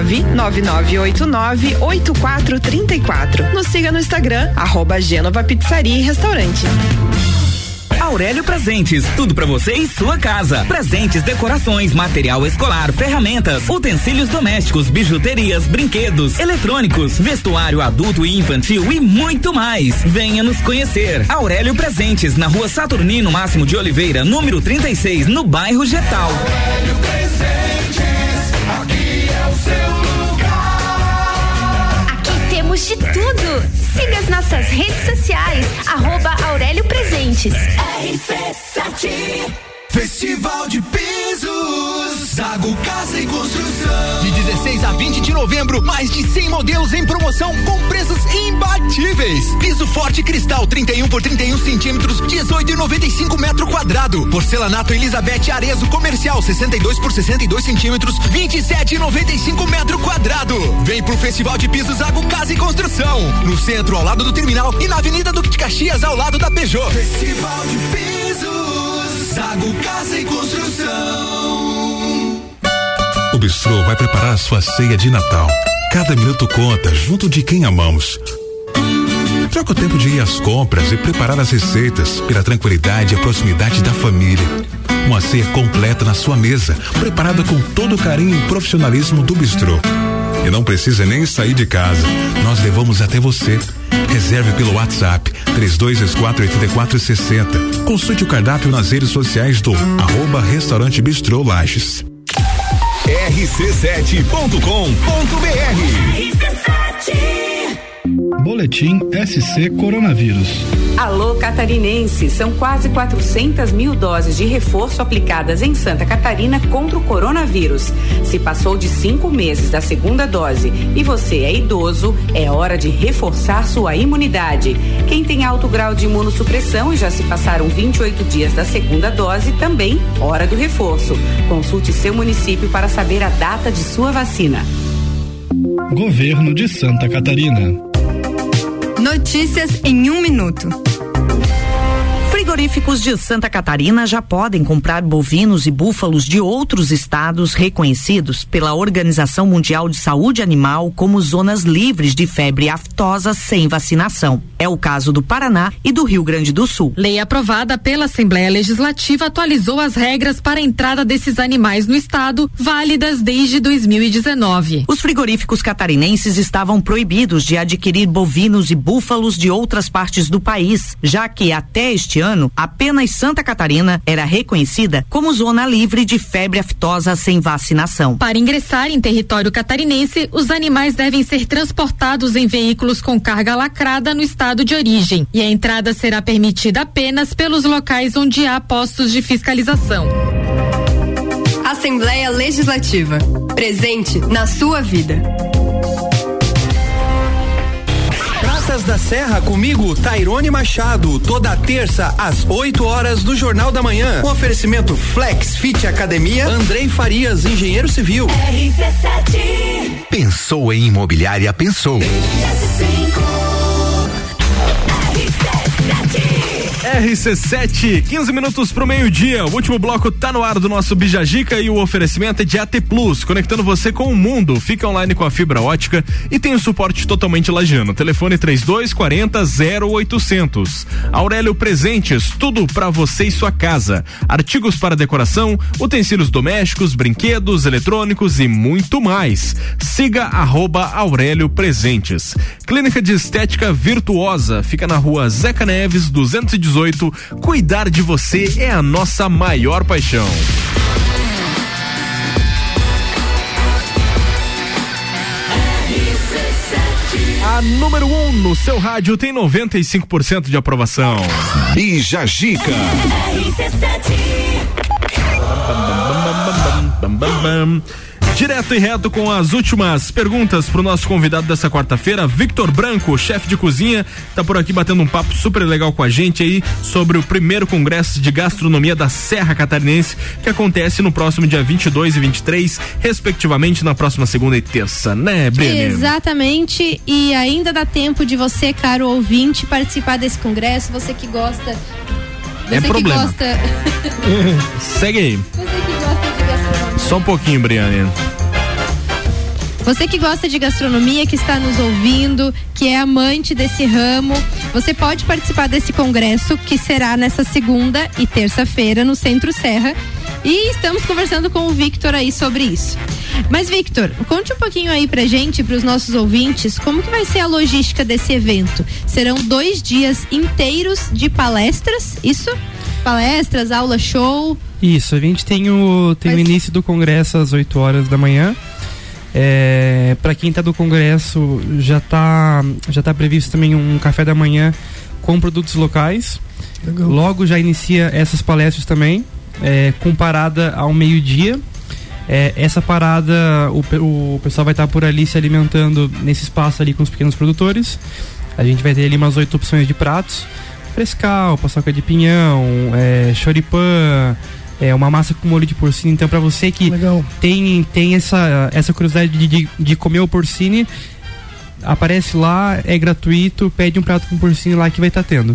999898434. Nos siga no Instagram, @Gênova Pizzaria e Restaurante. Aurélio Presentes, tudo pra você e sua casa. Presentes, decorações, material escolar, ferramentas, utensílios domésticos, bijuterias, brinquedos, eletrônicos, vestuário adulto e infantil e muito mais. Venha nos conhecer. Aurélio Presentes, na Rua Saturnino Máximo de Oliveira, número 36, no bairro Getal. Aurélio Presentes, aqui é o seu lugar. Aqui temos de tudo. Siga as nossas redes sociais, @Aurélio Presentes. RC7 Festival de Pisos, Zago Casa e Construção. De 16 a 20 de novembro, mais de 100 modelos em promoção com preços imbatíveis. Piso forte cristal 31 por 31 centímetros, 18,95 metro quadrado. Porcelanato Elizabeth Arezo comercial 62 por 62 centímetros, 27,95 metro quadrado. Vem pro Festival de Pisos Zago Casa e Construção, no centro ao lado do terminal e na Avenida Duque de Caxias ao lado da Peugeot. Festival de Pisos, Zago Casa e Construção. O Bistrô vai preparar a sua ceia de Natal. Cada minuto conta, junto de quem amamos. Troca o tempo de ir às compras e preparar as receitas pela tranquilidade e a proximidade da família. Uma ceia completa na sua mesa, preparada com todo o carinho e profissionalismo do Bistrô. E não precisa nem sair de casa, nós levamos até você. Reserve pelo WhatsApp 32248460. Consulte o cardápio nas redes sociais do @Restaurante Bistrô Lages. rc7.com.br. Boletim SC Coronavírus. Alô, catarinense, são quase 400 mil doses de reforço aplicadas em Santa Catarina contra o coronavírus. Se passou de 5 meses da segunda dose e você é idoso, é hora de reforçar sua imunidade. Quem tem alto grau de imunossupressão e já se passaram 28 dias da segunda dose, também hora do reforço. Consulte seu município para saber a data de sua vacina. Governo de Santa Catarina. Notícias em 1 minuto. frigoríficos de Santa Catarina já podem comprar bovinos e búfalos de outros estados reconhecidos pela Organização Mundial de Saúde Animal como zonas livres de febre aftosa sem vacinação. É o caso do Paraná e do Rio Grande do Sul. Lei aprovada pela Assembleia Legislativa atualizou as regras para a entrada desses animais no estado, válidas desde 2019. Os frigoríficos catarinenses estavam proibidos de adquirir bovinos e búfalos de outras partes do país, já que até este ano apenas Santa Catarina era reconhecida como zona livre de febre aftosa sem vacinação. Para ingressar em território catarinense, os animais devem ser transportados em veículos com carga lacrada no estado de origem, e a entrada será permitida apenas pelos locais onde há postos de fiscalização. Assembleia Legislativa. Presente na sua vida. Praças da Serra comigo, Tairone Machado, toda terça às 8 horas do Jornal da Manhã. Um oferecimento Flex Fit Academia, Andrei Farias, engenheiro civil. RC7. Pensou em imobiliária, pensou. RC7, 15 minutos pro meio-dia. O último bloco tá no ar do nosso Bijagica e o oferecimento é de AT Plus, conectando você com o mundo. Fica online com a fibra ótica e tem o suporte totalmente lagiano. Telefone 3240-0800. Aurélio Presentes, tudo pra você e sua casa. Artigos para decoração, utensílios domésticos, brinquedos, eletrônicos e muito mais. Siga @Aurélio Presentes. Clínica de Estética Virtuosa, fica na rua Zeca Neves, 218. Cuidar de você é a nossa maior paixão. A número 1 no seu rádio tem 95% de aprovação. Bijagica. Direto e reto com as últimas perguntas pro nosso convidado dessa quarta-feira, Victor Branco, chefe de cozinha, tá por aqui batendo um papo super legal com a gente aí sobre o primeiro congresso de gastronomia da Serra Catarinense, que acontece no próximo dia 22 e 23, respectivamente, na próxima segunda e terça, né, Brene? Exatamente, e ainda dá tempo de você, caro ouvinte, participar desse congresso, você que gosta... É problema. Gosta... Segue aí. Você que gosta de gastronomia. Só um pouquinho, Briane. Você que gosta de gastronomia, que está nos ouvindo, que é amante desse ramo, você pode participar desse congresso que será nessa segunda e terça-feira no Centro Serra. E estamos conversando com o Victor aí sobre isso. Mas, Victor, conte um pouquinho aí pra gente, pros nossos ouvintes, como que vai ser a logística desse evento? Serão 2 dias inteiros de palestras, isso? Palestras, aula, show? Isso, a gente tem o início do congresso às 8 horas da manhã. Para quem tá do congresso, já tá previsto também um café da manhã com produtos locais. Legal. Logo já inicia essas palestras também, com parada ao meio-dia. Essa parada, o pessoal vai estar por ali se alimentando nesse espaço ali com os pequenos produtores. A gente vai ter ali umas 8 opções de pratos: frescal, paçoca de pinhão, choripã, uma massa com molho de porcine. Então, para você que tem essa curiosidade de comer o porcine, aparece lá, é gratuito, pede um prato com porcine lá que vai estar tendo.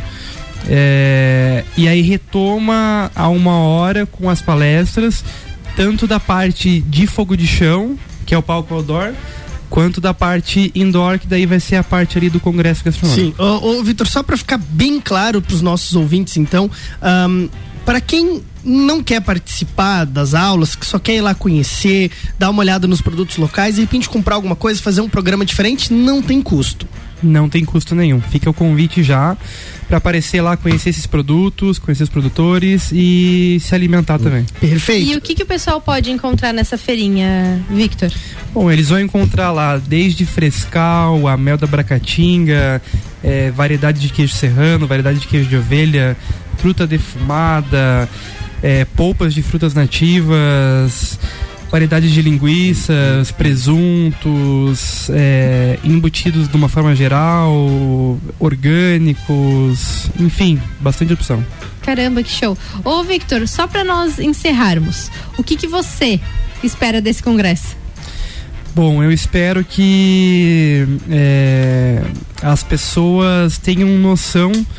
E aí retoma a 1h com as palestras, tanto da parte de fogo de chão, que é o palco outdoor, quanto da parte indoor, que daí vai ser a parte ali do congresso gastronômico. Sim, Vitor, só para ficar bem claro para os nossos ouvintes, então, para quem não quer participar das aulas, que só quer ir lá conhecer, dar uma olhada nos produtos locais, de repente comprar alguma coisa, fazer um programa diferente, não tem custo. Não tem custo nenhum. Fica o convite já para aparecer lá, conhecer esses produtos, conhecer os produtores e se alimentar também. Perfeito. E o que o pessoal pode encontrar nessa feirinha, Victor? Bom, eles vão encontrar lá desde frescal, a mel da Bracatinga, variedade de queijo serrano, variedade de queijo de ovelha, fruta defumada, polpas de frutas nativas, variedades de linguiças, presuntos, embutidos de uma forma geral, orgânicos, enfim, bastante opção. Caramba, que show. Ô, Victor, só para nós encerrarmos, o que você espera desse congresso? Bom, eu espero que as pessoas tenham noção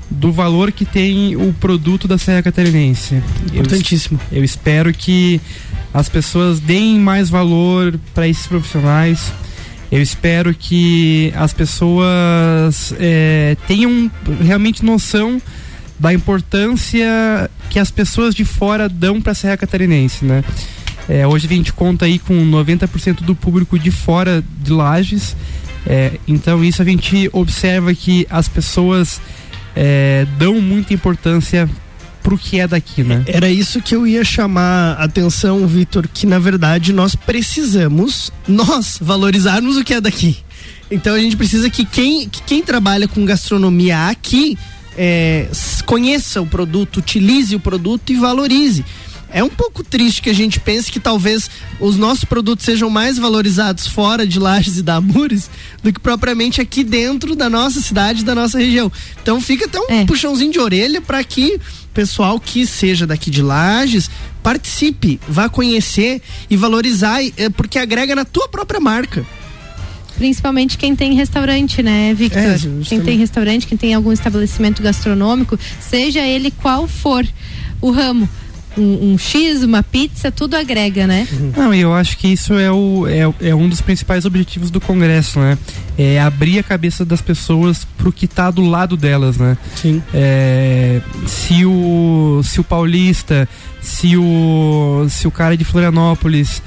do valor que tem o produto da Serra Catarinense. Importantíssimo. Eu espero que as pessoas deem mais valor para esses profissionais. Eu espero que as pessoas tenham realmente noção da importância que as pessoas de fora dão para a Serra Catarinense, né? Hoje a gente conta aí com 90% do público de fora de Lages. Então isso a gente observa que as pessoas dão muita importância pro que é daqui, né? Era isso que eu ia chamar a atenção, Vitor, que na verdade nós precisamos valorizarmos o que é daqui. Então a gente precisa que quem trabalha com gastronomia aqui conheça o produto, utilize o produto e valorize. É um pouco triste que a gente pense que talvez os nossos produtos sejam mais valorizados fora de Lages e da Amures do que propriamente aqui dentro da nossa cidade, da nossa região. Então fica até um puxãozinho de orelha para que o pessoal que seja daqui de Lages participe, vá conhecer e valorizar, porque agrega na tua própria marca. Principalmente quem tem restaurante, né, Victor? Quem tem restaurante, quem tem algum estabelecimento gastronômico, seja ele qual for o ramo. Um X, uma pizza, tudo agrega, né? Não, e eu acho que isso é um dos principais objetivos do Congresso, né? É abrir a cabeça das pessoas pro que tá do lado delas, né? Sim. Se o paulista, se o cara de Florianópolis,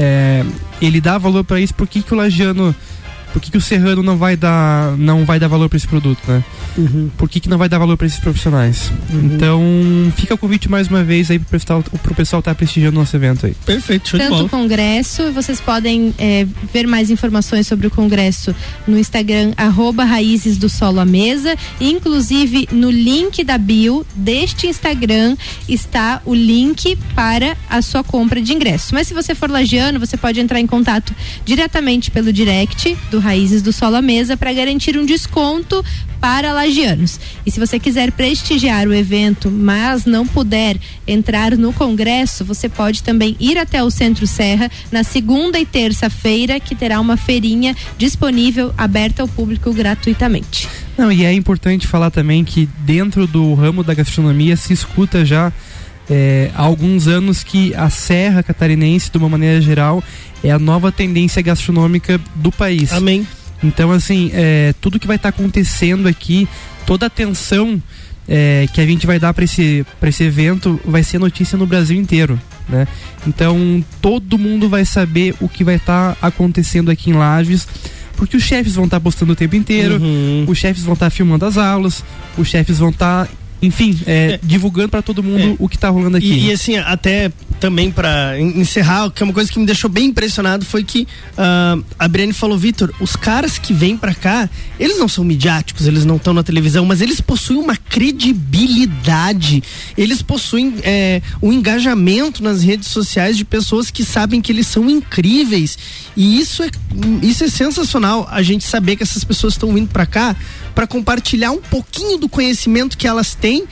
ele dá valor para isso, por que o lagiano, por que o serrano não vai dar valor para esse produto, né? Por que não vai dar valor para esses profissionais? Então fica o convite mais uma vez aí pro pessoal estar prestigiando o nosso evento aí. Perfeito, show de bola. Tanto o congresso, vocês podem ver mais informações sobre o congresso no Instagram @Raízes do Solo à Mesa, inclusive no link da bio deste Instagram está o link para a sua compra de ingresso. Mas se você for lagiano, você pode entrar em contato diretamente pelo direct do Raízes do Solo à Mesa para garantir um desconto para lagianos. E se você quiser prestigiar o evento, mas não puder entrar no congresso, você pode também ir até o Centro Serra na segunda e terça-feira, que terá uma feirinha disponível, aberta ao público gratuitamente. Não, e é importante falar também que dentro do ramo da gastronomia se escuta já há alguns anos que a Serra Catarinense, de uma maneira geral, é a nova tendência gastronômica do país. Amém. Então, assim, tudo que vai estar acontecendo aqui, toda a atenção que a gente vai dar para esse evento vai ser notícia no Brasil inteiro, né? Então, todo mundo vai saber o que vai estar acontecendo aqui em Lages, porque os chefes vão estar postando o tempo inteiro, os chefes vão estar filmando as aulas, os chefes vão estar, enfim, divulgando para todo mundo o que tá rolando aqui. E assim, até também para encerrar, que é uma coisa que me deixou bem impressionado foi que a Briane falou, Vitor, os caras que vêm para cá, eles não são midiáticos, eles não estão na televisão, mas eles possuem uma credibilidade, eles possuem um engajamento nas redes sociais de pessoas que sabem que eles são incríveis, e isso é sensacional, a gente saber que essas pessoas estão vindo para cá para compartilhar um pouquinho do conhecimento que elas têm,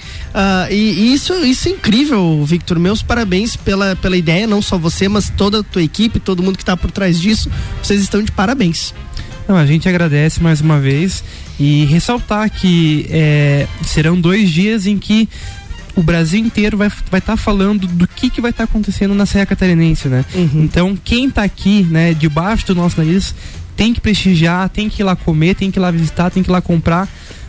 e isso é incrível, Victor. Meus parabéns pela ideia, não só você, mas toda a tua equipe, todo mundo que está por trás disso, vocês estão de parabéns. Não, a gente agradece mais uma vez e ressaltar que serão 2 dias em que o Brasil inteiro vai estar falando do que vai estar acontecendo na Serra Catarinense, né? Então quem está aqui, né, debaixo do nosso nariz, tem que prestigiar, tem que ir lá comer, tem que ir lá visitar, tem que ir lá comprar,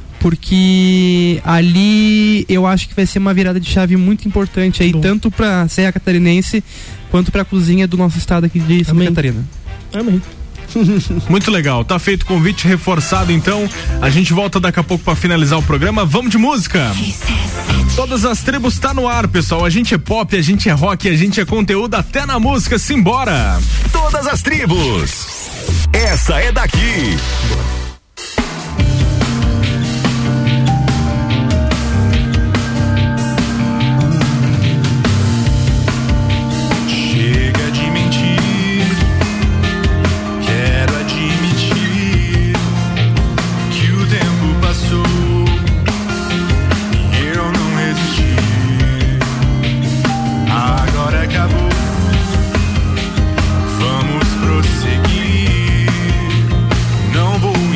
porque ali eu acho que vai ser uma virada de chave muito importante aí, tanto pra Serra Catarinense quanto pra cozinha do nosso estado aqui de Santa Catarina. Amém. Muito legal, tá feito o convite reforçado, então a gente volta daqui a pouco pra finalizar o programa. Vamos de música. Todas as tribos tá no ar, pessoal. A gente é pop, a gente é rock, a gente é conteúdo até na música. Simbora! Todas as tribos. Essa é daqui. Chega de mentir, quero admitir que o tempo passou e eu não resisti. Agora acabou, vamos prosseguir. Não vou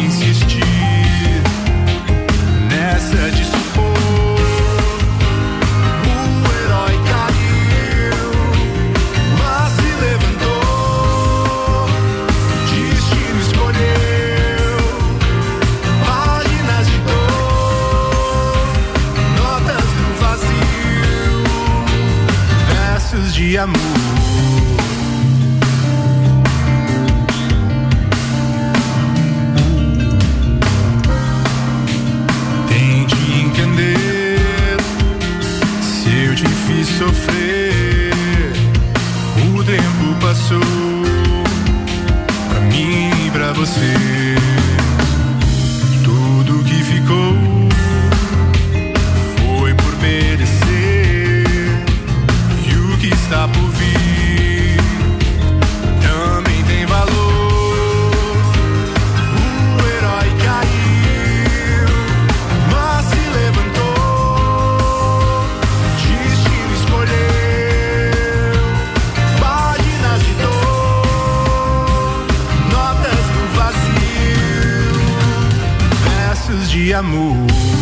tempo passou, pra mim e pra você. Tudo que ficou foi por merecer, e o que está por vir também tem valor. O herói caiu, mas se levantou, destino escolheu, páginas de dor, notas do vazio, versos de amor.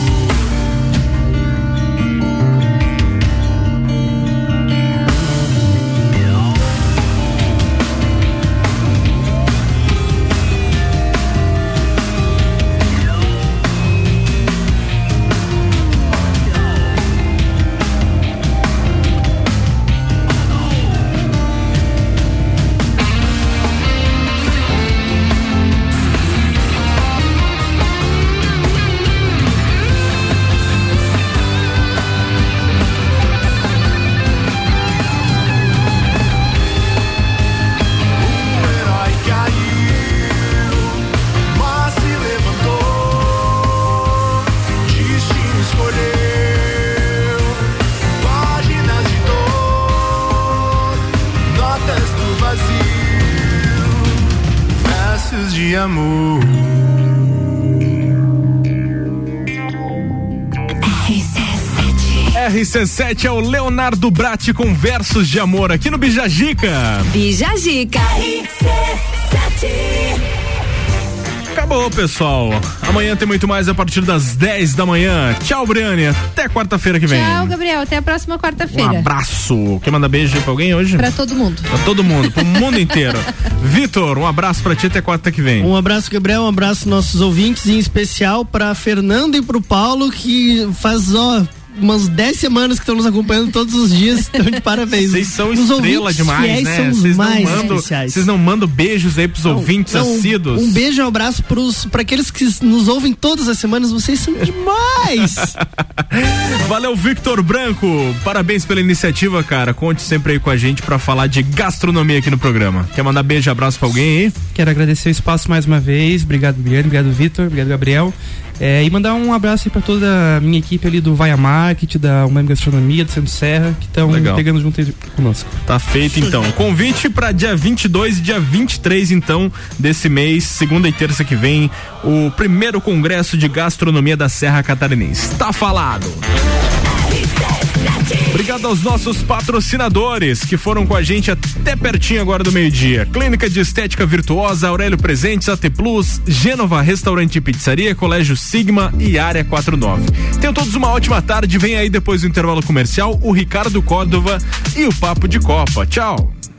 De amor. RC7 é o Leonardo Bratti com versos de amor aqui no Bijagica. Bijagica. Acabou, pessoal. Amanhã tem muito mais a partir das 10 da manhã. Tchau, Briane. Até quarta-feira que vem. Tchau, Gabriel. Até a próxima quarta-feira. Um abraço. Quer mandar beijo aí pra alguém hoje? Pra todo mundo. Pra todo mundo, pro mundo inteiro. Vitor, um abraço pra ti até quarta que vem. Um abraço, Gabriel. Um abraço nossos ouvintes, em especial pra Fernando e pro Paulo, que faz, umas 10 semanas que estão nos acompanhando todos os dias. Estão de parabéns. Vocês são estrela demais, né? Vocês não mandam beijos aí pros ouvintes assíduos. Um beijo e um abraço pra aqueles que nos ouvem todas as semanas. Vocês são demais. Valeu, Victor Branco. Parabéns pela iniciativa, cara. Conte sempre aí com a gente pra falar de gastronomia aqui no programa. Quer mandar beijo e abraço pra alguém aí? Quero agradecer o espaço mais uma vez. Obrigado, Briane. Obrigado, Vitor. Obrigado, Gabriel. E mandar um abraço aí pra toda a minha equipe ali do Vaia Market, da Umami Gastronomia, do Centro Serra, que estão pegando junto aí conosco. Tá feito então. Convite pra dia 22 e dia 23 então desse mês, segunda e terça que vem, o primeiro congresso de gastronomia da Serra Catarinense. Tá falado. Obrigado aos nossos patrocinadores que foram com a gente até pertinho agora do meio-dia. Clínica de Estética Virtuosa, Aurélio Presentes, AT Plus, Gênova Restaurante e Pizzaria, Colégio Sigma e Área 49. Tenham todos uma ótima tarde. Vem aí depois do intervalo comercial o Ricardo Córdova e o Papo de Copa. Tchau.